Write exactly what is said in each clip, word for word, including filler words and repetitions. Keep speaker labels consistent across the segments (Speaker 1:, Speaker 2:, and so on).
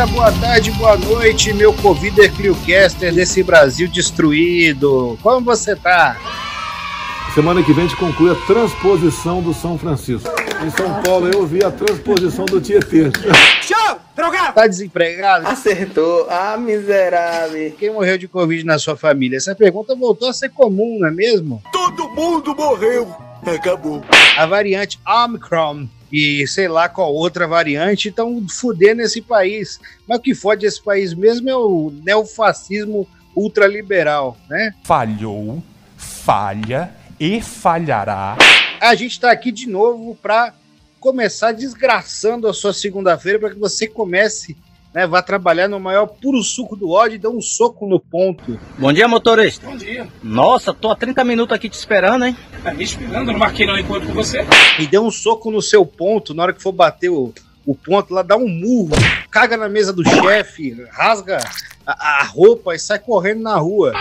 Speaker 1: dia, boa tarde, boa noite, meu Covider Cliocaster desse Brasil destruído. Como você tá?
Speaker 2: Semana que vem a gente conclui a transposição do São Francisco. Em São Paulo eu vi a transposição do Tietê.
Speaker 1: Show! Drogado! Tá desempregado?
Speaker 3: Acertou. Ah, miserável.
Speaker 1: Quem morreu de Covid na sua família? Essa pergunta voltou a ser comum, não é mesmo?
Speaker 4: Todo mundo morreu. Acabou.
Speaker 1: A variante Omicron e sei lá qual outra variante estão fudendo esse país. Mas o que fode esse país mesmo é o neofascismo ultraliberal, né?
Speaker 5: Falhou, falha e falhará.
Speaker 1: A gente tá aqui de novo pra começar desgraçando a sua segunda-feira para que você comece, né, vá trabalhar no maior puro suco do ódio e dê um soco no ponto.
Speaker 6: Bom dia, motorista.
Speaker 7: Bom dia.
Speaker 6: Nossa, tô há trinta minutos aqui te esperando, hein?
Speaker 7: Tá me esperando? Eu não marquei não encontro com você.
Speaker 1: E dê um soco no seu ponto, na hora que for bater o, o ponto lá, dá um murro, caga na mesa do chefe, rasga a, a roupa e sai correndo na rua.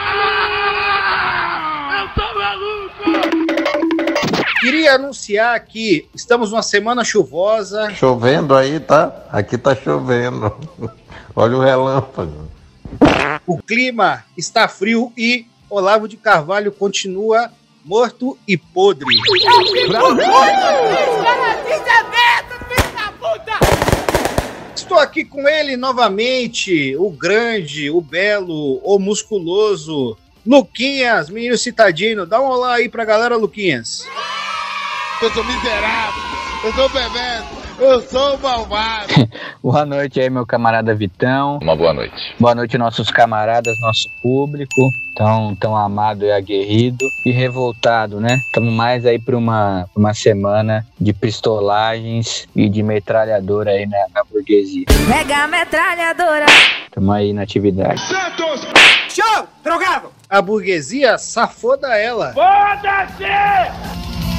Speaker 7: Eu tô maluco!
Speaker 1: Queria anunciar que estamos numa semana chuvosa.
Speaker 8: Chovendo aí, tá? Aqui tá chovendo. Olha o relâmpago.
Speaker 1: O clima está frio e Olavo de Carvalho continua morto e podre. Estou aqui com ele novamente, o grande, o belo, o musculoso Luquinhas, menino citadino. Dá um olá aí pra galera, Luquinhas.
Speaker 4: Eu sou miserável, eu sou bebendo, eu sou malvado.
Speaker 9: Boa noite aí, meu camarada Vitão.
Speaker 10: Uma boa noite.
Speaker 9: Boa noite, nossos camaradas, nosso público, tão, tão amado e aguerrido e revoltado, né? Estamos mais aí para uma, uma semana de pistolagens e de metralhadora aí na, na burguesia.
Speaker 11: Mega metralhadora!
Speaker 9: Estamos aí na atividade.
Speaker 7: Santos! Show! Drogado!
Speaker 1: A burguesia safou da ela.
Speaker 7: Foda-se!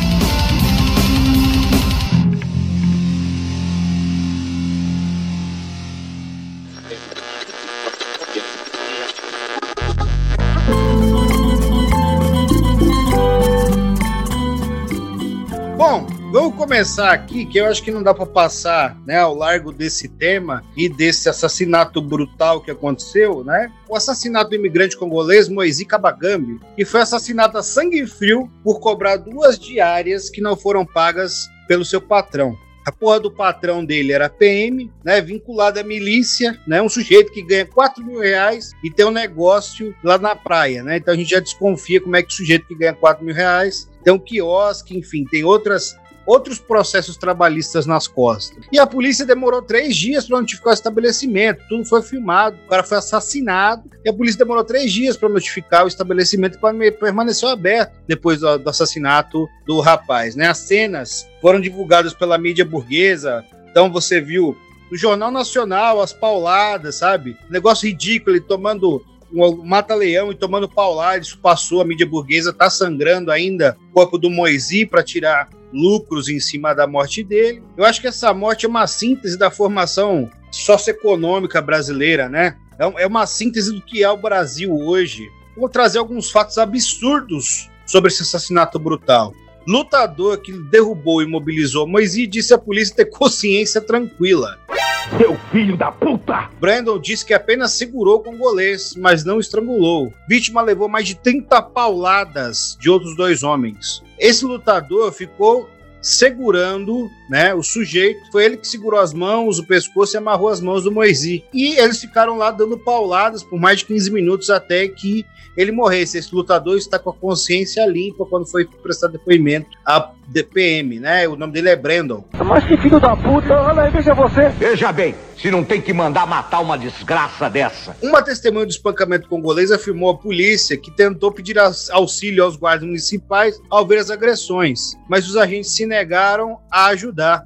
Speaker 1: Bom, vamos começar aqui, que eu acho que não dá para passar, né, ao largo desse tema e desse assassinato brutal que aconteceu, né? O assassinato do imigrante congolês Moisés Kabagambi, que foi assassinado a sangue frio por cobrar duas diárias que não foram pagas pelo seu patrão. A porra do patrão dele era P M, né, vinculado à milícia, né, um sujeito que ganha quatro mil reais e tem um negócio lá na praia, né? Então a gente já desconfia como é que o sujeito que ganha quatro mil reais tem um quiosque, enfim, tem outras, outros processos trabalhistas nas costas. E a polícia demorou três dias para notificar o estabelecimento, tudo foi filmado, o cara foi assassinado, e a polícia demorou três dias para notificar o estabelecimento e permaneceu aberto depois do, do assassinato do rapaz, né? As cenas foram divulgadas pela mídia burguesa, então você viu no Jornal Nacional as pauladas, sabe? Negócio ridículo, ele tomando um mata-leão e tomando paulada, isso passou, a mídia burguesa tá sangrando ainda o corpo do Moisés para tirar lucros em cima da morte dele. Eu acho que essa morte é uma síntese da formação socioeconômica brasileira, né? É uma síntese do que é o Brasil hoje. Vou trazer alguns fatos absurdos sobre esse assassinato brutal. Lutador que derrubou e imobilizou Moisés disse à polícia ter consciência tranquila.
Speaker 4: Seu filho da puta!
Speaker 1: Brandon disse que apenas segurou o congolês, mas não estrangulou. Vítima levou mais de trinta pauladas de outros dois homens. Esse lutador ficou segurando, né, o sujeito. Foi ele que segurou as mãos, o pescoço e amarrou as mãos do Moisés. E eles ficaram lá dando pauladas por mais de quinze minutos até que ele morresse. Esse lutador está com a consciência limpa quando foi prestar depoimento à D P M, né? O nome dele é Brandon.
Speaker 4: Mas que filho da puta, olha aí, veja você. Veja bem, se não tem que mandar matar uma desgraça dessa.
Speaker 1: Uma testemunha do espancamento congolês afirmou à polícia que tentou pedir auxílio aos guardas municipais ao ver as agressões, mas os agentes se negaram a ajudar.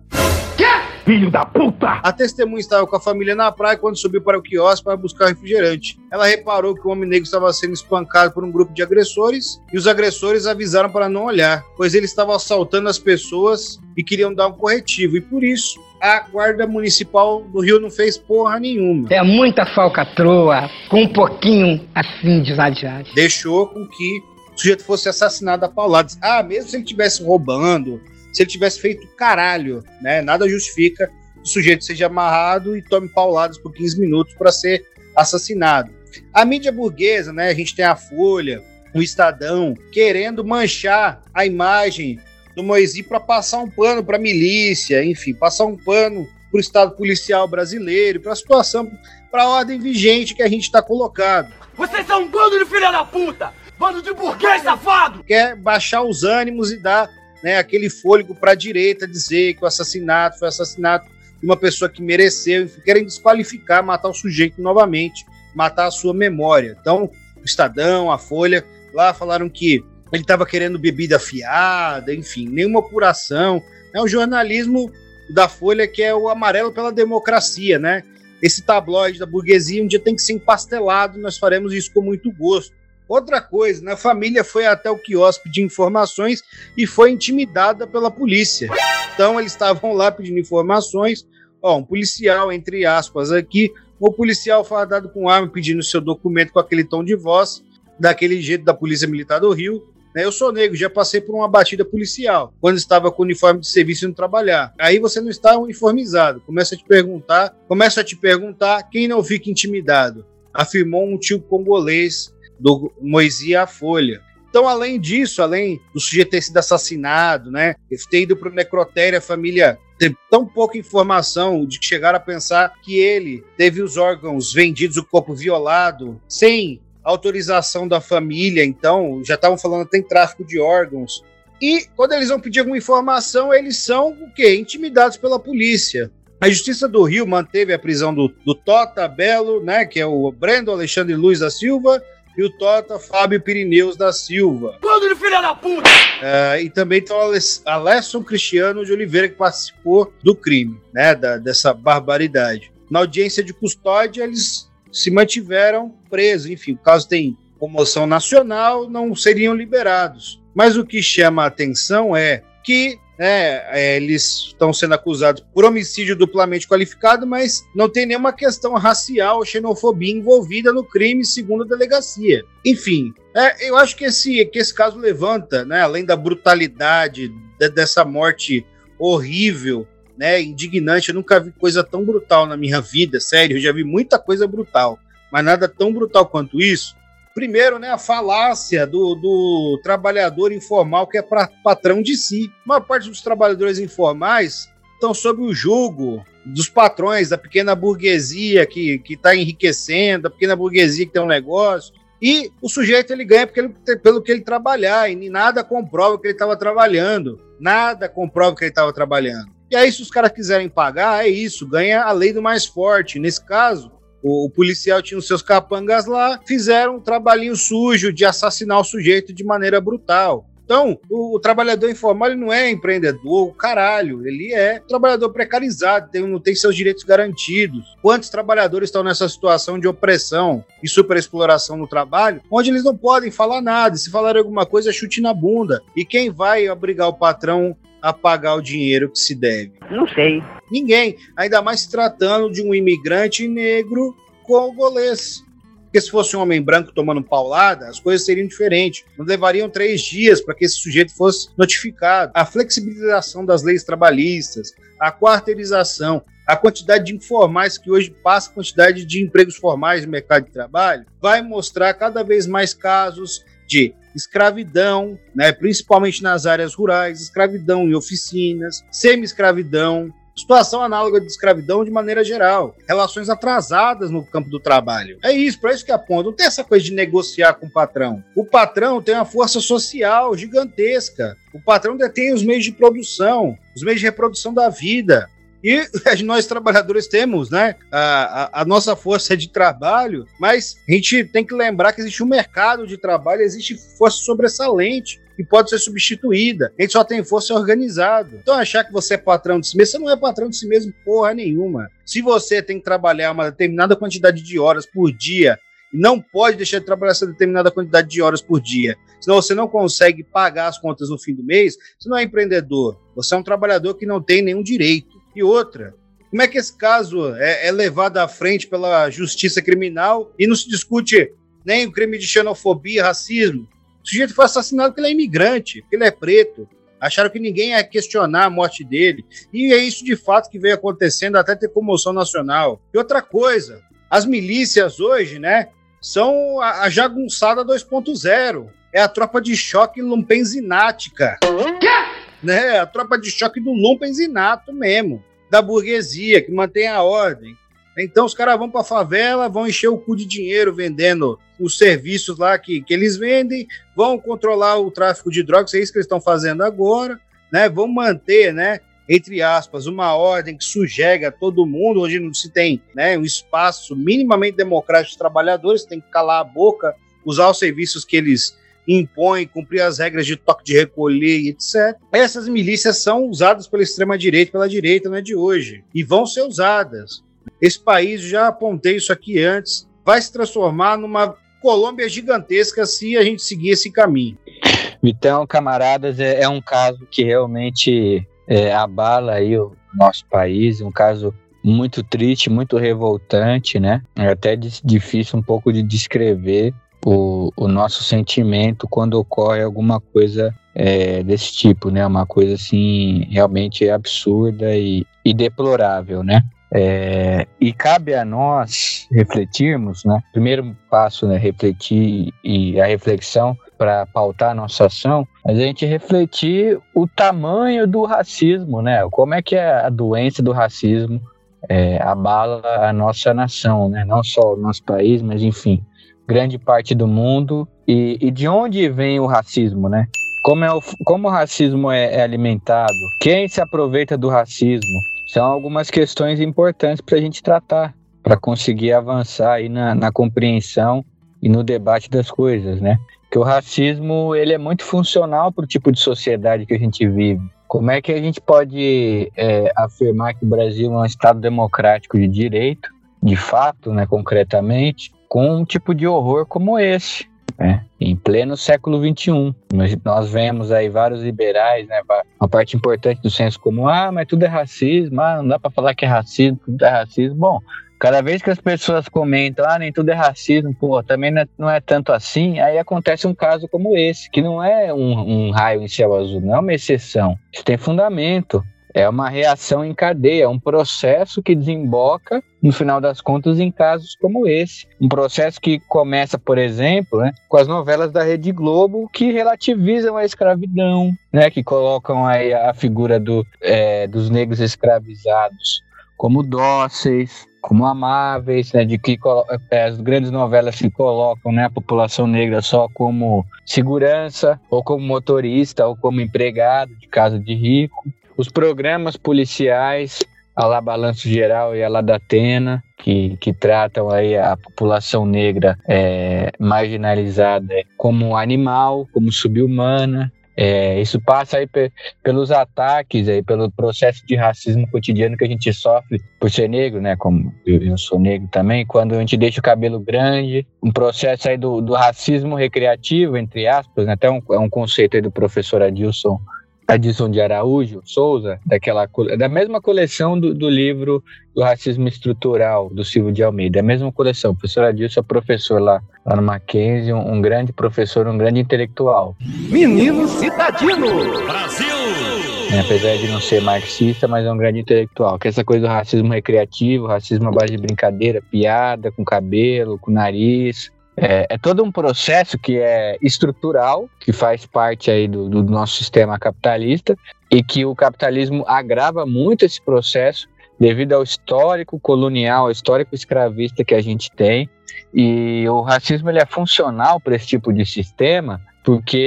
Speaker 4: Filho da puta!
Speaker 1: A testemunha estava com a família na praia quando subiu para o quiosque para buscar refrigerante. Ela reparou que o homem negro estava sendo espancado por um grupo de agressores e os agressores avisaram para não olhar, pois eles estavam assaltando as pessoas e queriam dar um corretivo. E por isso, a guarda municipal do Rio não fez porra nenhuma.
Speaker 12: É muita falcatrua, com um pouquinho assim de exagerado.
Speaker 1: Deixou com que o sujeito fosse assassinado a pauladas. Ah, mesmo se ele estivesse roubando, se ele tivesse feito caralho, né? Nada justifica o o sujeito seja amarrado e tome pauladas por quinze minutos para ser assassinado. A mídia burguesa, né, a gente tem a Folha, o Estadão, querendo manchar a imagem do Moisés para passar um pano para a milícia, enfim, passar um pano para o Estado policial brasileiro, para a situação, para a ordem vigente que a gente está colocado.
Speaker 7: Vocês são um bando de filha da puta! Bando de burguês safado!
Speaker 1: Quer baixar os ânimos e dar, né, aquele fôlego para a direita, dizer que o assassinato foi assassinato de uma pessoa que mereceu, enfim, querem desqualificar, matar o sujeito novamente, matar a sua memória. Então, o Estadão, a Folha, lá falaram que ele estava querendo bebida fiada, enfim, nenhuma apuração. É o jornalismo da Folha que é o amarelo pela democracia, né? Esse tabloide da burguesia um dia tem que ser empastelado, nós faremos isso com muito gosto. Outra coisa, né? A família foi até o quiosque pedir informações e foi intimidada pela polícia. Então eles estavam lá pedindo informações, ó, um policial, entre aspas aqui, um policial fardado com arma pedindo seu documento com aquele tom de voz, daquele jeito da Polícia Militar do Rio. Eu sou negro, já passei por uma batida policial, quando estava com o uniforme de serviço indo trabalhar. Aí você não está uniformizado, começa a te perguntar, começa a te perguntar quem não fica intimidado, afirmou um tio congolês do Moisés à Folha. Então, além disso, além do sujeito ter sido assassinado, né, ter ido para o necrotério, a família ter tão pouca informação de que chegaram a pensar que ele teve os órgãos vendidos, o corpo violado, sem autorização da família, então já estavam falando até em tráfico de órgãos. E quando eles vão pedir alguma informação, eles são o quê? Intimidados pela polícia. A Justiça do Rio manteve a prisão do, do Tota Belo, né, que é o Brendo Alexandre Luiz da Silva, e o Tota Fábio Pirineus da Silva.
Speaker 7: Bando de filha da puta!
Speaker 1: Uh, e também tem o Alesson Cristiano de Oliveira, que participou do crime, né, da, dessa barbaridade. Na audiência de custódia, eles se mantiveram presos. Enfim, o caso tem comoção nacional, não seriam liberados. Mas o que chama a atenção é que é, eles estão sendo acusados por homicídio duplamente qualificado, mas não tem nenhuma questão racial ou xenofobia envolvida no crime, segundo a delegacia. Enfim, é, eu acho que esse, que esse caso levanta, né, além da brutalidade de, dessa morte horrível, né, indignante. Eu nunca vi coisa tão brutal na minha vida, sério, eu já vi muita coisa brutal, mas nada tão brutal quanto isso. Primeiro, né, a falácia do, do trabalhador informal que é pra, patrão de si. A maior parte dos trabalhadores informais estão sob o jugo dos patrões, da pequena burguesia que está enriquecendo, da pequena burguesia que tem um negócio, e o sujeito ele ganha porque ele, pelo que ele trabalhar, e nada comprova que ele estava trabalhando, nada comprova que ele estava trabalhando. E aí, se os caras quiserem pagar, é isso, ganha a lei do mais forte. Nesse caso, o, o policial tinha os seus capangas lá, fizeram um trabalhinho sujo de assassinar o sujeito de maneira brutal. Então, o, o trabalhador informal ele não é empreendedor, caralho, ele é trabalhador precarizado, tem, não tem seus direitos garantidos. Quantos trabalhadores estão nessa situação de opressão e superexploração no trabalho, onde eles não podem falar nada, se falarem alguma coisa, chute na bunda. E quem vai obrigar o patrão a pagar o dinheiro que se deve?
Speaker 12: Não sei.
Speaker 1: Ninguém, ainda mais se tratando de um imigrante negro congolês. Porque se fosse um homem branco tomando paulada, as coisas seriam diferentes. Não levariam três dias para que esse sujeito fosse notificado. A flexibilização das leis trabalhistas, a quarteirização, a quantidade de informais que hoje passa, a quantidade de empregos formais no mercado de trabalho, vai mostrar cada vez mais casos de escravidão, né, principalmente nas áreas rurais, escravidão em oficinas, semi-escravidão, situação análoga de escravidão de maneira geral, relações atrasadas no campo do trabalho. É isso, para isso que aponta. Não tem essa coisa de negociar com o patrão. O patrão tem uma força social gigantesca. O patrão detém os meios de produção, os meios de reprodução da vida. E nós trabalhadores temos, né, a, a, a nossa força de trabalho, mas a gente tem que lembrar que existe um mercado de trabalho, existe força sobressalente que pode ser substituída. A gente só tem força organizada. Então achar que você é patrão de si mesmo, você não é patrão de si mesmo porra nenhuma. Se você tem que trabalhar uma determinada quantidade de horas por dia, não pode deixar de trabalhar essa determinada quantidade de horas por dia, senão você não consegue pagar as contas no fim do mês, você não é empreendedor, você é um trabalhador que não tem nenhum direito. E outra, como é que esse caso é, é levado à frente pela justiça criminal e não se discute nem o crime de xenofobia, racismo? O sujeito foi assassinado porque ele é imigrante, porque ele é preto. Acharam que ninguém ia questionar a morte dele. E é isso de fato que veio acontecendo, até ter comoção nacional. E outra coisa, as milícias hoje, né, são a, a jagunçada dois ponto zero. É a tropa de choque lumpenzinática. Né? A tropa de choque do lumpenzinato mesmo. Da burguesia, que mantém a ordem. Então os caras vão para a favela, vão encher o cu de dinheiro vendendo os serviços lá que, que eles vendem, vão controlar o tráfico de drogas, é isso que eles estão fazendo agora, né? Vão manter, né, entre aspas, uma ordem que sujega todo mundo, onde não se tem, né, um espaço minimamente democrático dos trabalhadores, tem que calar a boca, usar os serviços que eles impõem, cumprir as regras de toque de recolher e etcétera. Essas milícias são usadas pela extrema-direita, pela direita, não é de hoje, e vão ser usadas. Esse país, já apontei isso aqui antes, vai se transformar numa Colômbia gigantesca se a gente seguir esse caminho.
Speaker 9: Vitão, camaradas, é, é um caso que realmente é, abala aí o nosso país, um caso muito triste, muito revoltante, né? É até difícil um pouco de descrever o, o nosso sentimento quando ocorre alguma coisa é, desse tipo, né? Uma coisa assim realmente absurda e, e deplorável, né? É, e cabe a nós refletirmos, né? Primeiro passo, né? Refletir e a reflexão para pautar a nossa ação, mas a gente refletir o tamanho do racismo, né? Como é que a doença do racismo é, abala a nossa nação, né? Não só o nosso país, mas enfim, grande parte do mundo. E, e de onde vem o racismo, né? Como, é o, como o racismo é, é alimentado? Quem se aproveita do racismo? São algumas questões importantes para a gente tratar, para conseguir avançar aí na, na compreensão e no debate das coisas, né? Que o racismo, ele é muito funcional para o tipo de sociedade que a gente vive. Como é que a gente pode é, afirmar que o Brasil é um Estado democrático de direito, de fato, né, concretamente, com um tipo de horror como esse? É, em pleno século vinte e um, nós, nós vemos aí vários liberais, né, uma parte importante do senso comum, ah, mas tudo é racismo, ah, não dá para falar que é racismo, tudo é racismo. Bom, cada vez que as pessoas comentam, ah, nem tudo é racismo, pô, também não é, não é tanto assim, aí acontece um caso como esse, que não é um, um raio em céu azul, não é uma exceção, isso tem fundamento. É uma reação em cadeia, um processo que desemboca, no final das contas, em casos como esse. Um processo que começa, por exemplo, né, com as novelas da Rede Globo, que relativizam a escravidão, né, que colocam aí a figura do, é, dos negros escravizados como dóceis, como amáveis, né, de que é, as grandes novelas que colocam, né, a população negra só como segurança, ou como motorista, ou como empregado de casa de rico. Os programas policiais, a lá Balanço Geral e a lá da Atena, que, que tratam aí a população negra é, marginalizada como animal, como subhumana. É, isso passa aí pe- pelos ataques, aí, pelo processo de racismo cotidiano que a gente sofre por ser negro, né? Como eu, eu sou negro também, quando a gente deixa o cabelo grande, um processo aí do, do racismo recreativo, entre aspas, né? Até um, é um conceito aí do professor Adilson Adilson de Araújo Souza, daquela, da mesma coleção do, do livro do Racismo Estrutural, do Silvio de Almeida, a mesma coleção. O professor Adilson é professor lá, lá no Mackenzie, um, um grande professor, um grande intelectual.
Speaker 7: Menino Citadino! Brasil!
Speaker 9: É, apesar de não ser marxista, mas é um grande intelectual. Que é essa coisa do racismo recreativo, racismo à base de brincadeira, piada, com cabelo, com nariz. É, é todo um processo que é estrutural, que faz parte aí do, do nosso sistema capitalista, e que o capitalismo agrava muito esse processo devido ao histórico colonial, ao histórico escravista que a gente tem. E o racismo, ele é funcional para esse tipo de sistema porque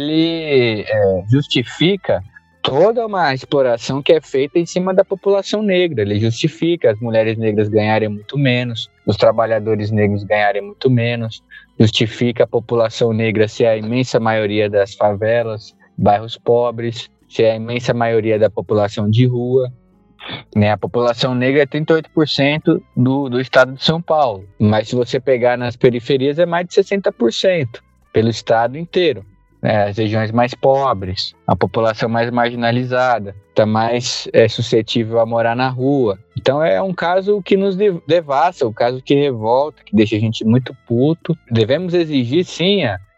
Speaker 9: ele é, justifica toda uma exploração que é feita em cima da população negra. Ele justifica as mulheres negras ganharem muito menos, os trabalhadores negros ganharem muito menos, justifica a população negra ser a imensa maioria das favelas, bairros pobres, ser a imensa maioria da população de rua. Né? A população negra é trinta e oito por cento do, do estado de São Paulo, mas se você pegar nas periferias é mais de sessenta por cento pelo estado inteiro. É, as regiões mais pobres, a população mais marginalizada, está mais é, suscetível a morar na rua. Então é um caso que nos devassa, um caso que revolta, que deixa a gente muito puto. Devemos exigir, sim, a,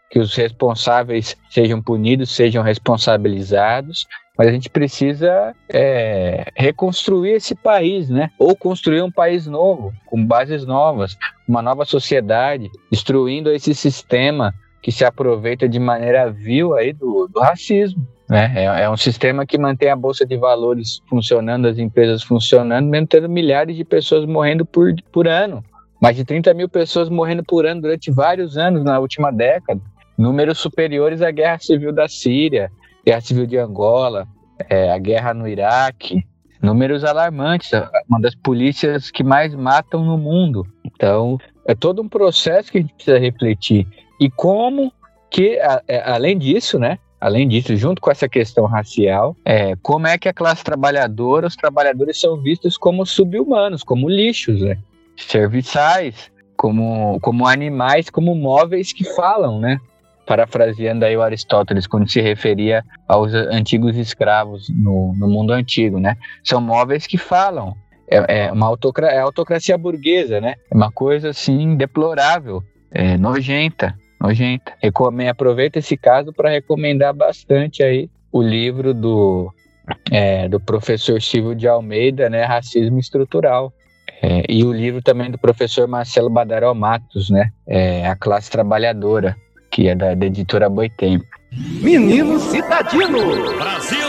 Speaker 9: que os responsáveis sejam punidos, sejam responsabilizados, mas a gente precisa é, reconstruir esse país, né? Ou construir um país novo, com bases novas, uma nova sociedade, destruindo esse sistema que se aproveita de maneira vil aí do, do racismo. Né? É, é um sistema que mantém a Bolsa de Valores funcionando, as empresas funcionando, mesmo tendo milhares de pessoas morrendo por, por ano. Mais de trinta mil pessoas morrendo por ano durante vários anos na última década. Números superiores à Guerra Civil da Síria, Guerra Civil de Angola, é, a guerra no Iraque. Números alarmantes, uma das polícias que mais matam no mundo. Então, é todo um processo que a gente precisa refletir. E como que, a, a, além disso, né? Além disso, junto com essa questão racial, é, como é que a classe trabalhadora, os trabalhadores são vistos como sub-humanos, como lixos, né? Serviçais, como, como animais, como móveis que falam, né? Parafraseando aí o Aristóteles, quando se referia aos antigos escravos no, no mundo antigo, né? São móveis que falam. É, é uma autocracia, é a autocracia burguesa, né? É uma coisa, assim, deplorável, é, nojenta, nojenta. Recomendo, aproveito esse caso para recomendar bastante aí o livro do, é, do professor Silvio de Almeida, né? Racismo Estrutural. É, e o livro também do professor Marcelo Badaró Matos, né? É, A Classe Trabalhadora, que é da, da editora Boitempo.
Speaker 7: Menino Citadino! Brasil!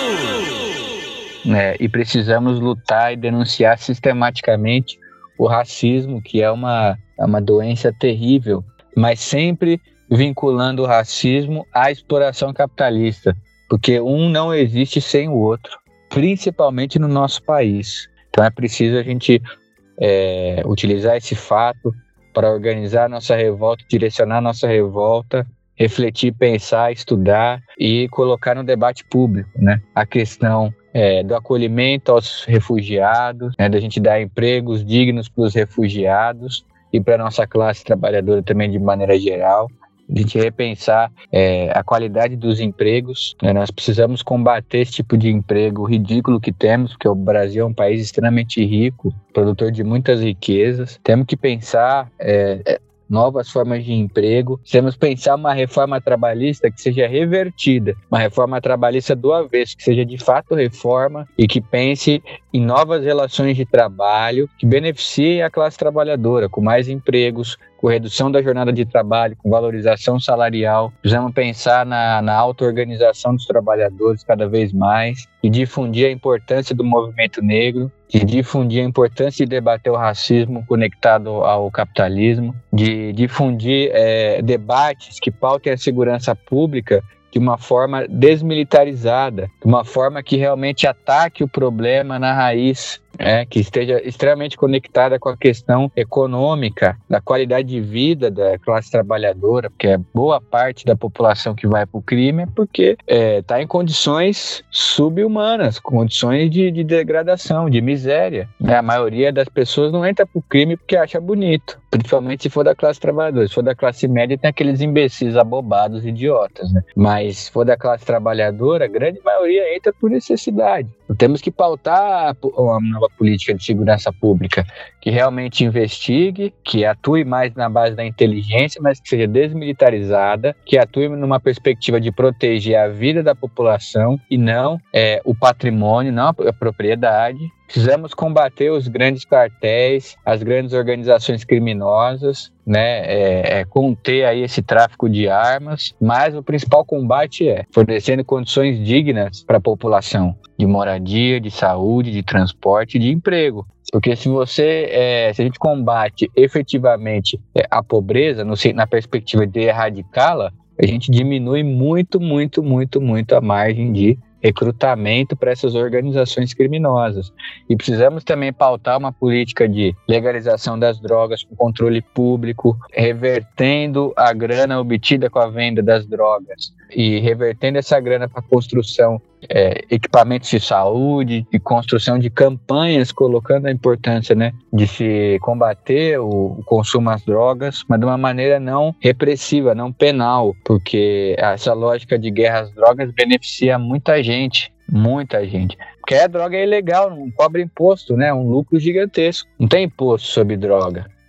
Speaker 9: É, e precisamos lutar e denunciar sistematicamente o racismo, que é uma, é uma doença terrível, mas sempre vinculando o racismo à exploração capitalista, porque um não existe sem o outro, principalmente no nosso país. Então é preciso a gente é, utilizar esse fato para organizar a nossa revolta, direcionar a nossa revolta, refletir, pensar, estudar e colocar no debate público, né? A questão é, do acolhimento aos refugiados, né? Da gente dar empregos dignos para os refugiados e para a nossa classe trabalhadora também de maneira geral. A gente repensar é, a qualidade dos empregos, né? Nós precisamos combater esse tipo de emprego ridículo que temos, porque o Brasil é um país extremamente rico, produtor de muitas riquezas. Temos que pensar é, novas formas de emprego, temos que pensar uma reforma trabalhista que seja revertida, uma reforma trabalhista do avesso, que seja de fato reforma e que pense em novas relações de trabalho que beneficiem a classe trabalhadora, com mais empregos, com redução da jornada de trabalho, com valorização salarial. Precisamos pensar na, na auto-organização dos trabalhadores cada vez mais e difundir a importância do movimento negro, de difundir a importância de debater o racismo conectado ao capitalismo, de difundir é, debates que pautem a segurança pública de uma forma desmilitarizada, de uma forma que realmente ataque o problema na raiz, é, que esteja extremamente conectada com a questão econômica, da qualidade de vida da classe trabalhadora, porque é boa parte da população que vai para o crime é porque está é, em condições sub-humanas, condições de, de degradação, de miséria. É, a maioria das pessoas não entra para o crime porque acha bonito, principalmente se for da classe trabalhadora. Se for da classe média, tem aqueles imbecis abobados, idiotas, né? Mas se for da classe trabalhadora, a grande maioria entra por necessidade. Então, temos que pautar uma nova política de segurança pública que realmente investigue, que atue mais na base da inteligência, mas que seja desmilitarizada, que atue numa perspectiva de proteger a vida da população e não é, o patrimônio, não a propriedade. Precisamos combater os grandes cartéis, as grandes organizações criminosas, né, é, é, conter aí esse tráfico de armas, mas o principal combate é fornecendo condições dignas para a população, de moradia, de saúde, de transporte, de emprego. Porque se você, é, se a gente combate efetivamente é, a pobreza, no, na perspectiva de erradicá-la, a gente diminui muito, muito, muito, muito a margem de recrutamento para essas organizações criminosas. E precisamos também pautar uma política de legalização das drogas com controle público, revertendo a grana obtida com a venda das drogas e revertendo essa grana para construção é, equipamentos de saúde, de construção de campanhas, colocando a importância, né, de se combater o, o consumo das drogas, mas de uma maneira não repressiva, não penal, porque essa lógica de guerra às drogas beneficia muita gente, muita gente. Porque a droga é ilegal, não cobra imposto, né, um lucro gigantesco. Não tem imposto sobre droga.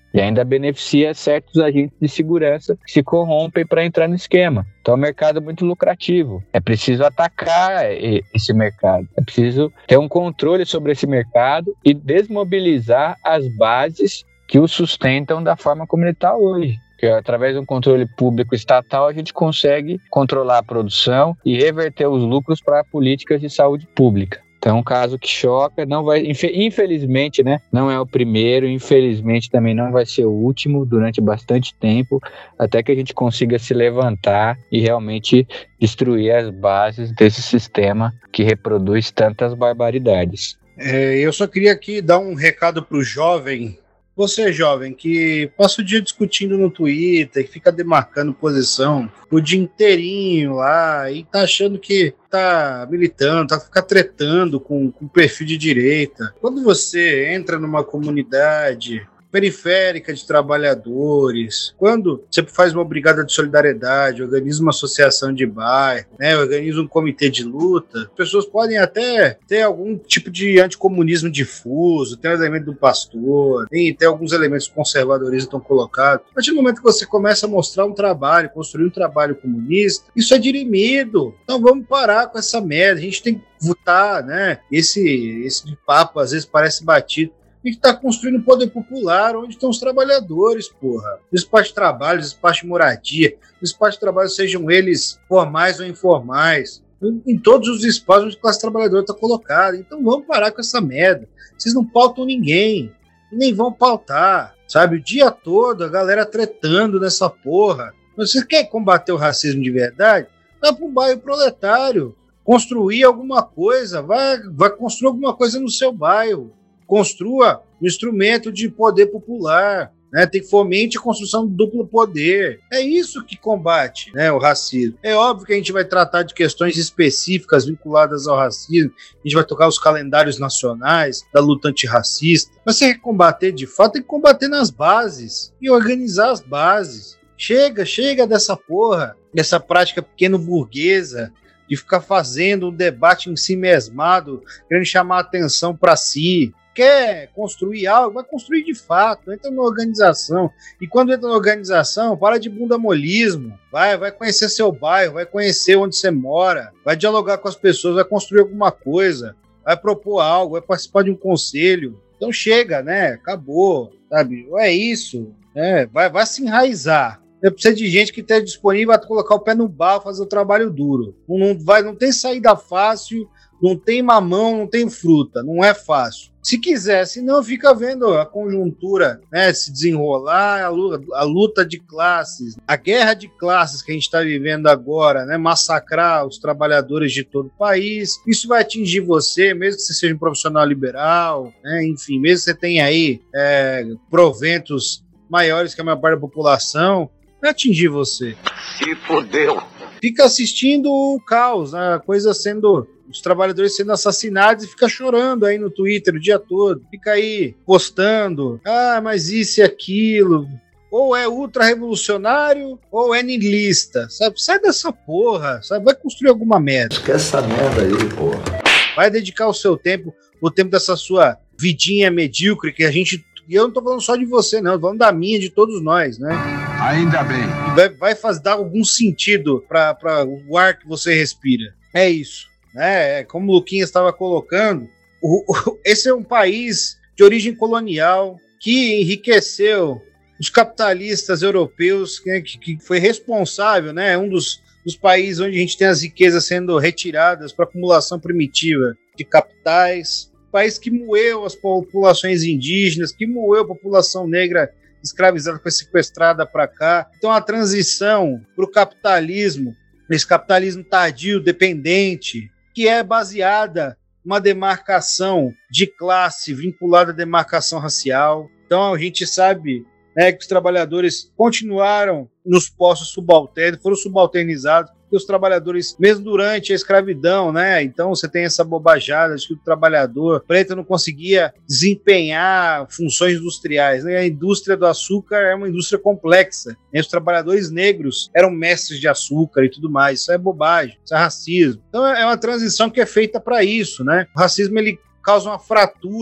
Speaker 9: E ainda beneficia certos agentes de segurança que se corrompem para entrar no esquema. Então é um mercado muito lucrativo. É preciso atacar esse mercado. É preciso ter um controle sobre esse mercado e desmobilizar as bases que o sustentam da forma como ele está hoje. Que através de um controle público estatal a gente consegue controlar a produção e reverter os lucros para políticas de saúde pública. Então, é um caso que choca, não vai, infelizmente, né, não é o primeiro, infelizmente também não vai ser o último durante bastante tempo, até que a gente consiga se levantar e realmente destruir as bases desse sistema que reproduz tantas barbaridades.
Speaker 1: É, eu só queria aqui dar um recado para o jovem. Você, jovem, que passa o dia discutindo no Twitter, que fica demarcando posição o dia inteirinho lá e tá achando que tá militando, tá ficar tretando com o perfil de direita. Quando você entra numa comunidade periférica de trabalhadores, quando você faz uma brigada de solidariedade, organiza uma associação de bairro, né, organiza um comitê de luta, as pessoas podem até ter algum tipo de anticomunismo difuso, tem o elemento do pastor, tem, tem alguns elementos conservadoristas que estão colocados. A partir do momento que você começa a mostrar um trabalho, construir um trabalho comunista, isso é dirimido. Então vamos parar com essa merda, a gente tem que votar, né, esse, esse papo às vezes parece batido. A gente está construindo um poder popular onde estão os trabalhadores, porra. Os espaços de trabalho, os espaços de moradia, os espaços de trabalho, sejam eles formais ou informais, em todos os espaços onde a classe trabalhadora está colocada. Então vamos parar com essa merda. Vocês não pautam ninguém, nem vão pautar, sabe? O dia todo a galera tretando nessa porra. Você quer combater o racismo de verdade? Vai para um bairro proletário, construir alguma coisa, vai, vai construir alguma coisa no seu bairro. Construa um instrumento de poder popular, né? Tem fomente a construção do duplo poder. É isso que combate, né, o racismo. É óbvio que a gente vai tratar de questões específicas vinculadas ao racismo, a gente vai tocar os calendários nacionais da luta antirracista, mas se quer combater de fato, tem que combater nas bases e organizar as bases. Chega, chega dessa porra, dessa prática pequeno-burguesa, de ficar fazendo um debate em si mesmado, querendo chamar a atenção para si. Quer construir algo, vai construir de fato, entra na organização. E quando entra na organização, para de bundamolismo, vai, vai conhecer seu bairro, vai conhecer onde você mora, vai dialogar com as pessoas, vai construir alguma coisa, vai propor algo, vai participar de um conselho. Então chega, né? Acabou, sabe? É isso, né? Vai, vai se enraizar. Eu preciso de gente que esteja disponível a colocar o pé no barro, fazer o trabalho duro. Não, não, vai, não tem saída fácil, não tem mamão, não tem fruta, não é fácil. Se quiser, se não, fica vendo a conjuntura, né, se desenrolar, a luta, a luta de classes, a guerra de classes que a gente está vivendo agora, né, massacrar os trabalhadores de todo o país. Isso vai atingir você, mesmo que você seja um profissional liberal, né, enfim, mesmo que você tenha aí é, proventos maiores que a maior parte da população, vai atingir você.
Speaker 4: Se fodeu.
Speaker 1: Fica assistindo o caos, né, a coisa sendo... os trabalhadores sendo assassinados e fica chorando aí no Twitter o dia todo, fica aí postando, ah, mas isso e aquilo, ou é ultra-revolucionário, ou é niilista, sabe? Sai dessa porra, sabe? Vai construir alguma merda.
Speaker 8: Esquece essa merda aí, porra.
Speaker 1: Vai dedicar o seu tempo, o tempo dessa sua vidinha medíocre, que a gente, e eu não tô falando só de você, não, tô falando da minha, de todos nós, né?
Speaker 4: Ainda bem.
Speaker 1: E vai, vai fazer, dar algum sentido para o ar que você respira. É isso. É, como o Luquinha estava colocando, o, o, esse é um país de origem colonial que enriqueceu os capitalistas europeus, que, que foi responsável, né, um dos, dos países onde a gente tem as riquezas sendo retiradas para acumulação primitiva de capitais, país que moeu as populações indígenas, que moeu a população negra escravizada, foi sequestrada para cá. Então a transição para o capitalismo, esse capitalismo tardio, dependente, que é baseada numa demarcação de classe vinculada à demarcação racial. Então a gente sabe, né, que os trabalhadores continuaram nos postos subalternos, foram subalternizados, e os trabalhadores, mesmo durante a escravidão, né? Então você tem essa bobajada de que o trabalhador preto não conseguia desempenhar funções industriais, né? A indústria do açúcar é uma indústria complexa, né? Os trabalhadores negros eram mestres de açúcar e tudo mais. Isso é bobagem, isso é racismo. Então é uma transição que é feita para isso, né? O racismo, ele causa uma fratura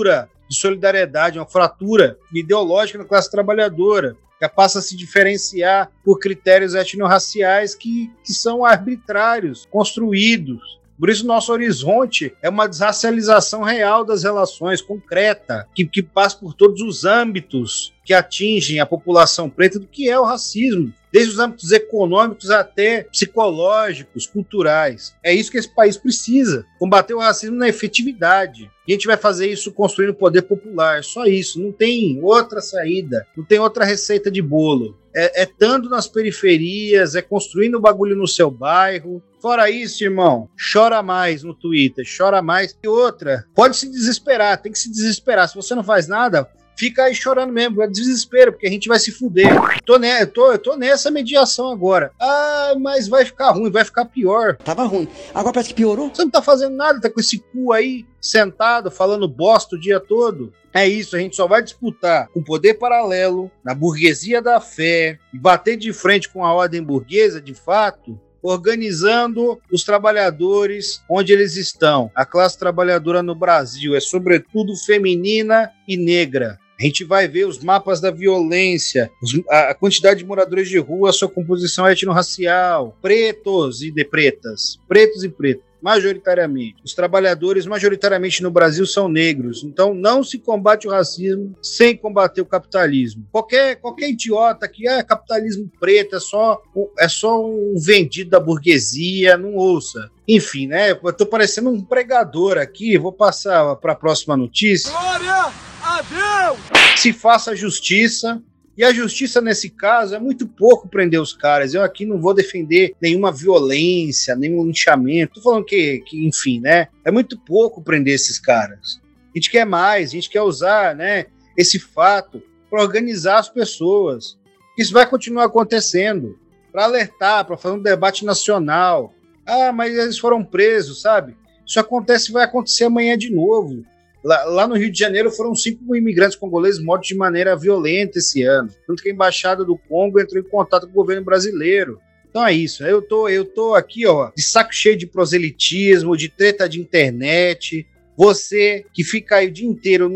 Speaker 1: de solidariedade, uma fratura ideológica na classe trabalhadora, que passa a se diferenciar por critérios etnorraciais que, que são arbitrários, construídos. Por isso, nosso horizonte é uma desracialização real das relações, concreta, que, que passa por todos os âmbitos que atingem a população preta do que é o racismo, desde os âmbitos econômicos até psicológicos, culturais. É isso que esse país precisa, combater o racismo na efetividade. E a gente vai fazer isso construindo o poder popular, só isso, não tem outra saída, não tem outra receita de bolo. É, é estando nas periferias, é construindo o bagulho no seu bairro. Fora isso, irmão, chora mais no Twitter, chora mais. E outra, pode se desesperar, tem que se desesperar. Se você não faz nada, fica aí chorando mesmo, é desespero, porque a gente vai se fuder. Tô, ne tô, tô nessa mediação agora. Ah, mas vai ficar ruim, vai ficar pior.
Speaker 10: Tava ruim, agora parece que piorou.
Speaker 1: Você não tá fazendo nada, tá com esse cu aí, sentado, falando bosta o dia todo. É isso, a gente só vai disputar com poder paralelo, na burguesia da fé, e bater de frente com a ordem burguesa, de fato, organizando os trabalhadores onde eles estão. A classe trabalhadora no Brasil é sobretudo feminina e negra. A gente vai ver os mapas da violência, a quantidade de moradores de rua, a sua composição etnorracial, pretos e de pretas, pretos e pretas, majoritariamente. Os trabalhadores, majoritariamente no Brasil, são negros. Então, não se combate o racismo sem combater o capitalismo. Qualquer, qualquer idiota que é ah, capitalismo preto, é só, é só um vendido da burguesia, não ouça. Enfim, né? Eu tô parecendo um pregador aqui, vou passar para a próxima notícia.
Speaker 7: Glória a Deus!
Speaker 1: Se faça justiça. E a justiça, nesse caso, é muito pouco prender os caras. Eu aqui não vou defender nenhuma violência, nenhum linchamento. Tô falando que, que, enfim, né? É muito pouco prender esses caras. A gente quer mais, a gente quer usar, né, esse fato para organizar as pessoas. Isso vai continuar acontecendo. Para alertar, para fazer um debate nacional. Ah, mas eles foram presos, sabe? Isso acontece e vai acontecer amanhã de novo. Lá, lá no Rio de Janeiro foram cinco imigrantes congoleses mortos de maneira violenta esse ano. Tanto que a Embaixada do Congo entrou em contato com o governo brasileiro. Então é isso. Eu tô, eu tô aqui, ó, de saco cheio de proselitismo, de treta de internet. Você que fica aí o dia inteiro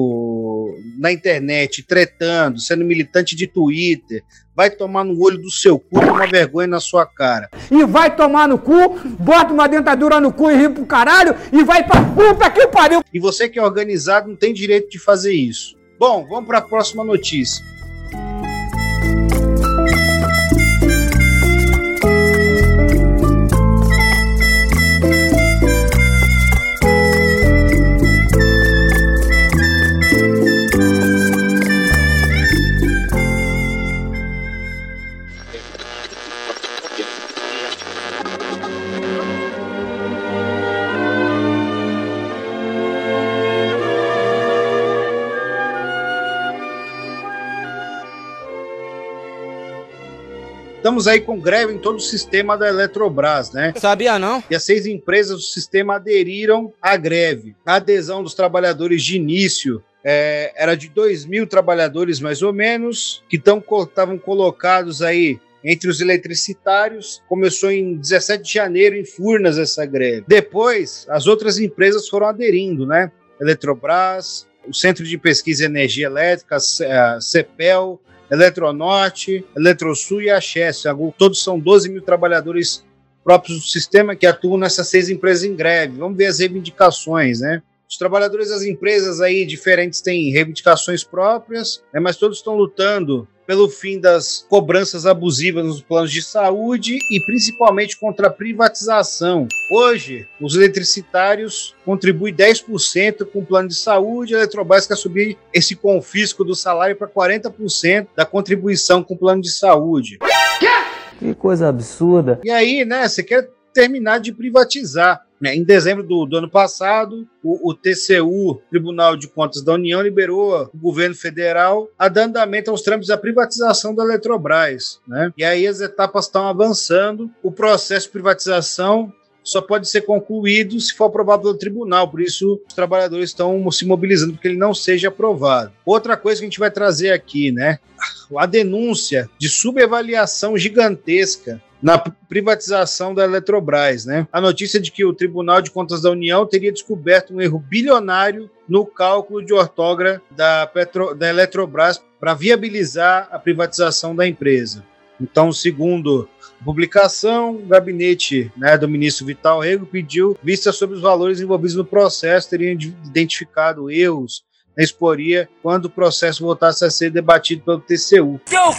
Speaker 1: no, na internet tretando, sendo militante de Twitter, vai tomar no olho do seu cu, uma vergonha na sua cara.
Speaker 12: E vai tomar no cu, bota uma dentadura no cu e ri pro caralho e vai pra puta que pariu.
Speaker 1: E você que é organizado não tem direito de fazer isso. Bom, vamos para a próxima notícia. Estamos aí com greve em todo o sistema da Eletrobras, né?
Speaker 6: Sabia não?
Speaker 1: E as seis empresas do sistema aderiram à greve. A adesão dos trabalhadores de início é, era de dois mil trabalhadores, mais ou menos, que estavam colocados aí entre os eletricitários. Começou em dezessete de janeiro em Furnas essa greve. Depois, as outras empresas foram aderindo, né? Eletrobras, o Centro de Pesquisa em Energia Elétrica, a CEPEL, Eletronorte, Eletrosul e a Chess. Todos são doze mil trabalhadores próprios do sistema que atuam nessas seis empresas em greve. Vamos ver as reivindicações, né? Os trabalhadores das empresas aí diferentes têm reivindicações próprias, né, mas todos estão lutando pelo fim das cobranças abusivas nos planos de saúde e principalmente contra a privatização. Hoje, os eletricitários contribuem dez por cento com o plano de saúde, a Eletrobras quer subir esse confisco do salário para quarenta por cento da contribuição com o plano de saúde.
Speaker 13: Que coisa absurda.
Speaker 1: E aí, né, você quer terminar de privatizar. Em dezembro do, do ano passado, o, o T C U, Tribunal de Contas da União, liberou o governo federal a dar andamento aos trâmites da privatização da Eletrobras, né? E aí as etapas estão avançando. O processo de privatização só pode ser concluído se for aprovado pelo tribunal, por isso os trabalhadores estão se mobilizando para que ele não seja aprovado. Outra coisa que a gente vai trazer aqui, né? A denúncia de subavaliação gigantesca na privatização da Eletrobras, né? A notícia de que o Tribunal de Contas da União teria descoberto um erro bilionário no cálculo de ortógrafo da, Petro, da Eletrobras para viabilizar a privatização da empresa. Então, segundo a publicação, o gabinete, né, do ministro Vital Rego pediu vista sobre os valores envolvidos no processo, teriam identificado erros na exporia quando o processo voltasse a ser debatido pelo T C U.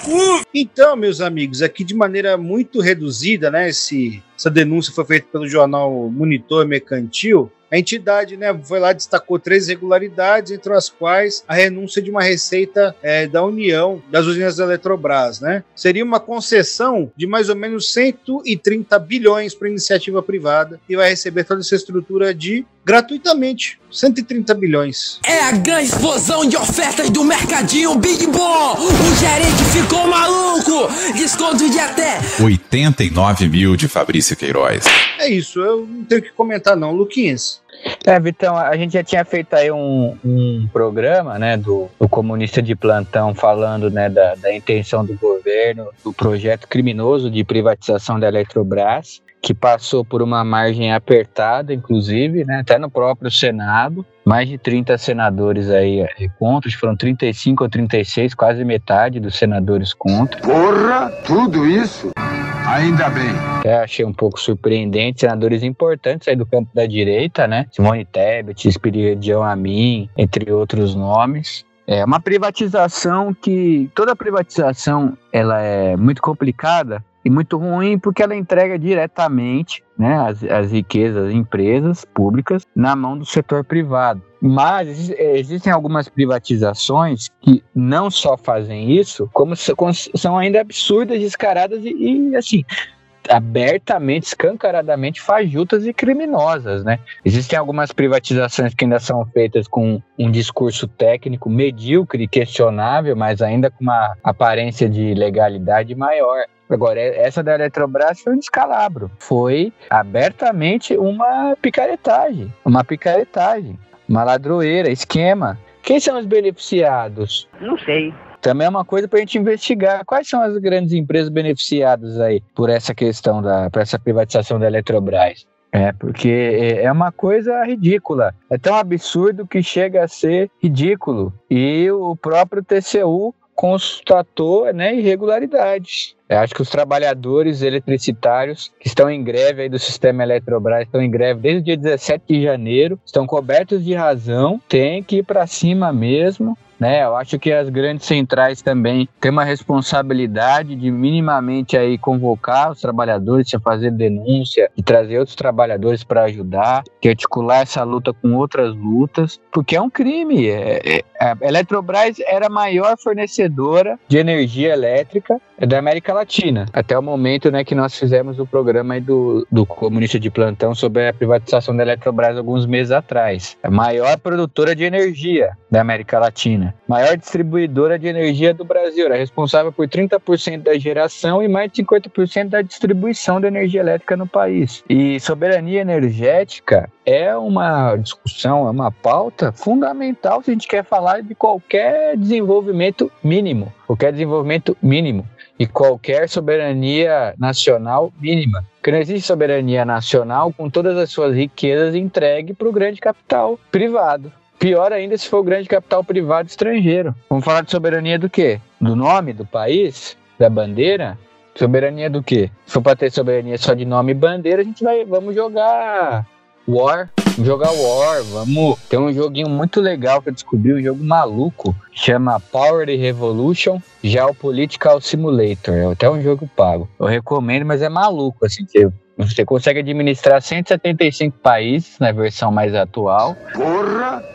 Speaker 1: Então, meus amigos, aqui de maneira muito reduzida, né, esse, essa denúncia foi feita pelo jornal Monitor Mercantil. A entidade, né, foi lá e destacou três irregularidades, entre as quais a renúncia de uma receita é, da União, das usinas da Eletrobras. Né? Seria uma concessão de mais ou menos cento e trinta bilhões para iniciativa privada e vai receber toda essa estrutura de gratuitamente. cento e trinta bilhões.
Speaker 14: É a grande explosão de ofertas do Mercadinho Big Bom. O gerente ficou maluco. Desconto de até
Speaker 15: oitenta e nove mil de Fabrício Queiroz.
Speaker 1: É isso, eu não tenho o que comentar não. Luquinhas.
Speaker 9: É, Vitão, a gente já tinha feito aí um, um programa, né, do, do Comunista de Plantão falando, né, da, da intenção do governo, do projeto criminoso de privatização da Eletrobras, que passou por uma margem apertada, inclusive, né, até no próprio Senado. Mais de trinta senadores aí é, contra, foram trinta e cinco ou trinta e seis, quase metade dos senadores contra.
Speaker 4: Porra, tudo isso? Ainda bem.
Speaker 9: É, achei um pouco surpreendente, senadores importantes aí do campo da direita, né? Simone Tebet, Espiridião Amin, entre outros nomes. É uma privatização que, toda privatização, ela é muito complicada e muito ruim porque ela entrega diretamente, né, as, as riquezas, as empresas públicas na mão do setor privado. Mas existem algumas privatizações que não só fazem isso, como são ainda absurdas, descaradas e, e assim, abertamente, escancaradamente fajutas e criminosas, né? Existem algumas privatizações que ainda são feitas com um discurso técnico medíocre e questionável, mas ainda com uma aparência de legalidade maior. Agora, essa da Eletrobras foi um descalabro. Foi abertamente uma picaretagem. Uma picaretagem. Uma ladroeira, esquema. Quem são os beneficiados?
Speaker 16: Não sei.
Speaker 9: Também é uma coisa para a gente investigar. Quais são as grandes empresas beneficiadas aí por essa questão, da, por essa privatização da Eletrobras? É, porque é uma coisa ridícula. É tão absurdo que chega a ser ridículo. E o próprio T C U constatou, né, irregularidades. Eu acho que os trabalhadores eletricitários que estão em greve aí do sistema Eletrobras, estão em greve desde o dia dezessete de janeiro, estão cobertos de razão, tem que ir para cima mesmo. Né, eu acho que as grandes centrais também têm uma responsabilidade de minimamente aí convocar os trabalhadores a fazer denúncia e trazer outros trabalhadores para ajudar, que articular essa luta com outras lutas, porque é um crime. É, é, a Eletrobras era a maior fornecedora de energia elétrica da América Latina, até o momento, né, que nós fizemos o programa aí do, do Comunista de Plantão sobre a privatização da Eletrobras alguns meses atrás. A maior produtora de energia da América Latina. Maior distribuidora de energia do Brasil, era responsável por trinta por cento da geração e mais de cinquenta por cento da distribuição de energia elétrica no país. E soberania energética é uma discussão, é uma pauta fundamental se a gente quer falar de qualquer desenvolvimento mínimo, qualquer desenvolvimento mínimo e qualquer soberania nacional mínima. Porque não existe soberania nacional com todas as suas riquezas entregue para o grande capital privado. Pior ainda se for o grande capital privado estrangeiro. Vamos falar de soberania do quê? Do nome do país? Da bandeira? Soberania do quê? Se for para ter soberania só de nome e bandeira, a gente vai, vamos jogar War. Vamos jogar War, vamos... Tem um joguinho muito legal que eu descobri, um jogo maluco, chama Power Revolution Geopolitical Simulator. É até um jogo pago. Eu recomendo, mas é maluco, assim, que você consegue administrar cento e setenta e cinco países na versão mais atual.
Speaker 4: Porra,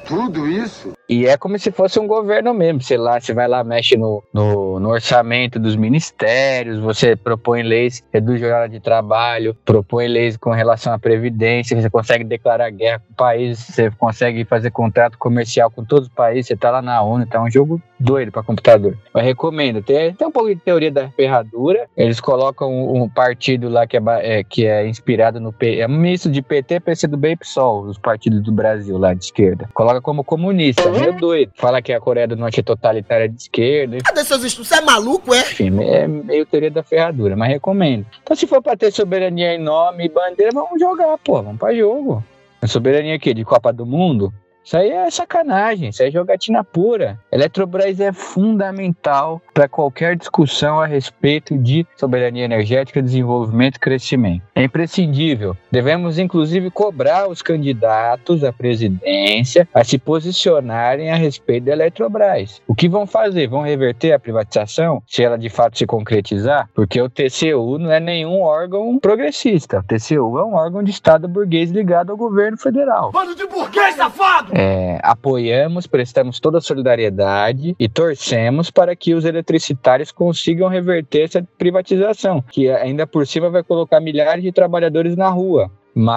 Speaker 16: tudo isso?
Speaker 9: E é como se fosse um governo mesmo, sei lá, você vai lá, mexe no, no, no orçamento dos ministérios, você propõe leis, reduz jornada de trabalho, propõe leis com relação à previdência, você consegue declarar guerra com o país, você consegue fazer contrato comercial com todos os países, você tá lá na ONU, tá um jogo doido para computador. Eu recomendo, tem, tem um pouco de teoria da ferradura, eles colocam um, um partido lá que é, é, que é inspirado no P, é um misto de P T, P C do B e P SOL, os partidos do Brasil lá de esquerda. Coloca como comunista, meio doido. Fala que a Coreia do Norte é totalitária de esquerda.
Speaker 17: Cadê seus estudos? Você é maluco, é?
Speaker 9: Enfim, é meio teoria da ferradura, mas recomendo. Então se for pra ter soberania em nome e bandeira, vamos jogar, pô, vamos pra jogo. A soberania aqui de Copa do Mundo? Isso aí é sacanagem, isso é jogatina pura. Eletrobras é fundamental para qualquer discussão a respeito de soberania energética, desenvolvimento e crescimento. É imprescindível. Devemos, inclusive, cobrar os candidatos à presidência a se posicionarem a respeito da Eletrobras. O que vão fazer? Vão reverter a privatização, se ela de fato se concretizar? Porque o T C U não é nenhum órgão progressista. O T C U é um órgão de Estado burguês ligado ao governo federal.
Speaker 7: Bando de burguês, safado!
Speaker 9: É, apoiamos, prestamos toda a solidariedade e torcemos para que os eletricitários consigam reverter essa privatização, que ainda por cima vai colocar milhares de trabalhadores na rua,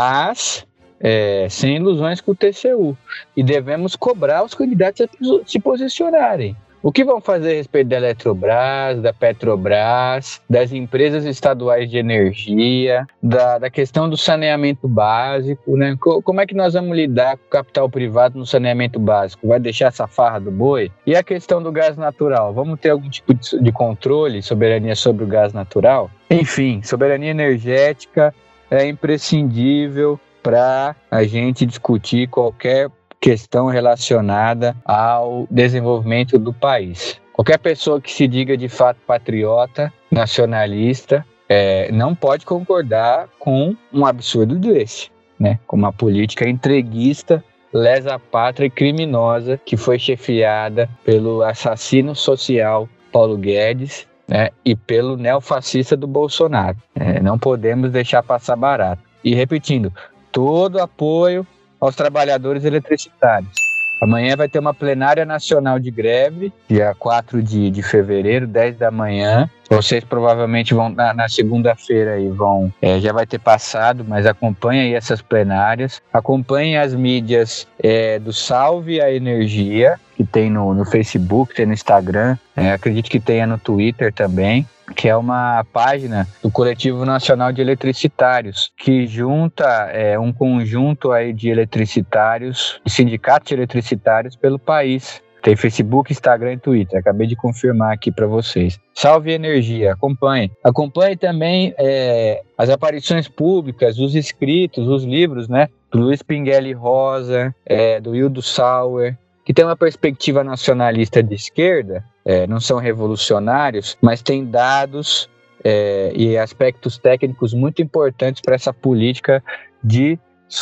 Speaker 9: mas é, sem ilusões com o T C U. E devemos cobrar os candidatos a se posicionarem. O que vão fazer a respeito da Eletrobras, da Petrobras, das empresas estaduais de energia, da, da questão do saneamento básico, né? Como é que nós vamos lidar com o capital privado no saneamento básico? Vai deixar essa farra do boi? E a questão do gás natural? Vamos ter algum tipo de, de controle, soberania sobre o gás natural? Enfim, soberania energética é imprescindível para a gente discutir qualquer questão relacionada ao desenvolvimento do país. Qualquer pessoa que se diga de fato patriota, nacionalista, é, não pode concordar com um absurdo desse, né? Com uma política entreguista, lesa-pátria e criminosa que foi chefiada pelo assassino social Paulo Guedes, né? E pelo neofascista do Bolsonaro. É, não podemos deixar passar barato. E repetindo, todo apoio aos trabalhadores eletricitários. Amanhã vai ter uma plenária nacional de greve, dia quatro de, de fevereiro, dez da manhã. Vocês provavelmente vão, na, na segunda-feira aí vão, é, já vai ter passado, mas acompanhem aí essas plenárias. Acompanhem as mídias é, do Salve a Energia, que tem no, no Facebook, tem no Instagram, é, acredito que tenha no Twitter também, que é uma página do Coletivo Nacional de Eletricitários, que junta é, um conjunto aí de eletricitários, de sindicatos eletricitários pelo país. Tem Facebook, Instagram e Twitter. Acabei de confirmar aqui para vocês. Salve Energia, acompanhe. Acompanhe também é, as aparições públicas, os escritos, os livros, né? Do Luiz Pinguelli Rosa, é, do Hildo Sauer, que tem uma perspectiva nacionalista de esquerda, é, não são revolucionários, mas tem dados é, e aspectos técnicos muito importantes para essa política de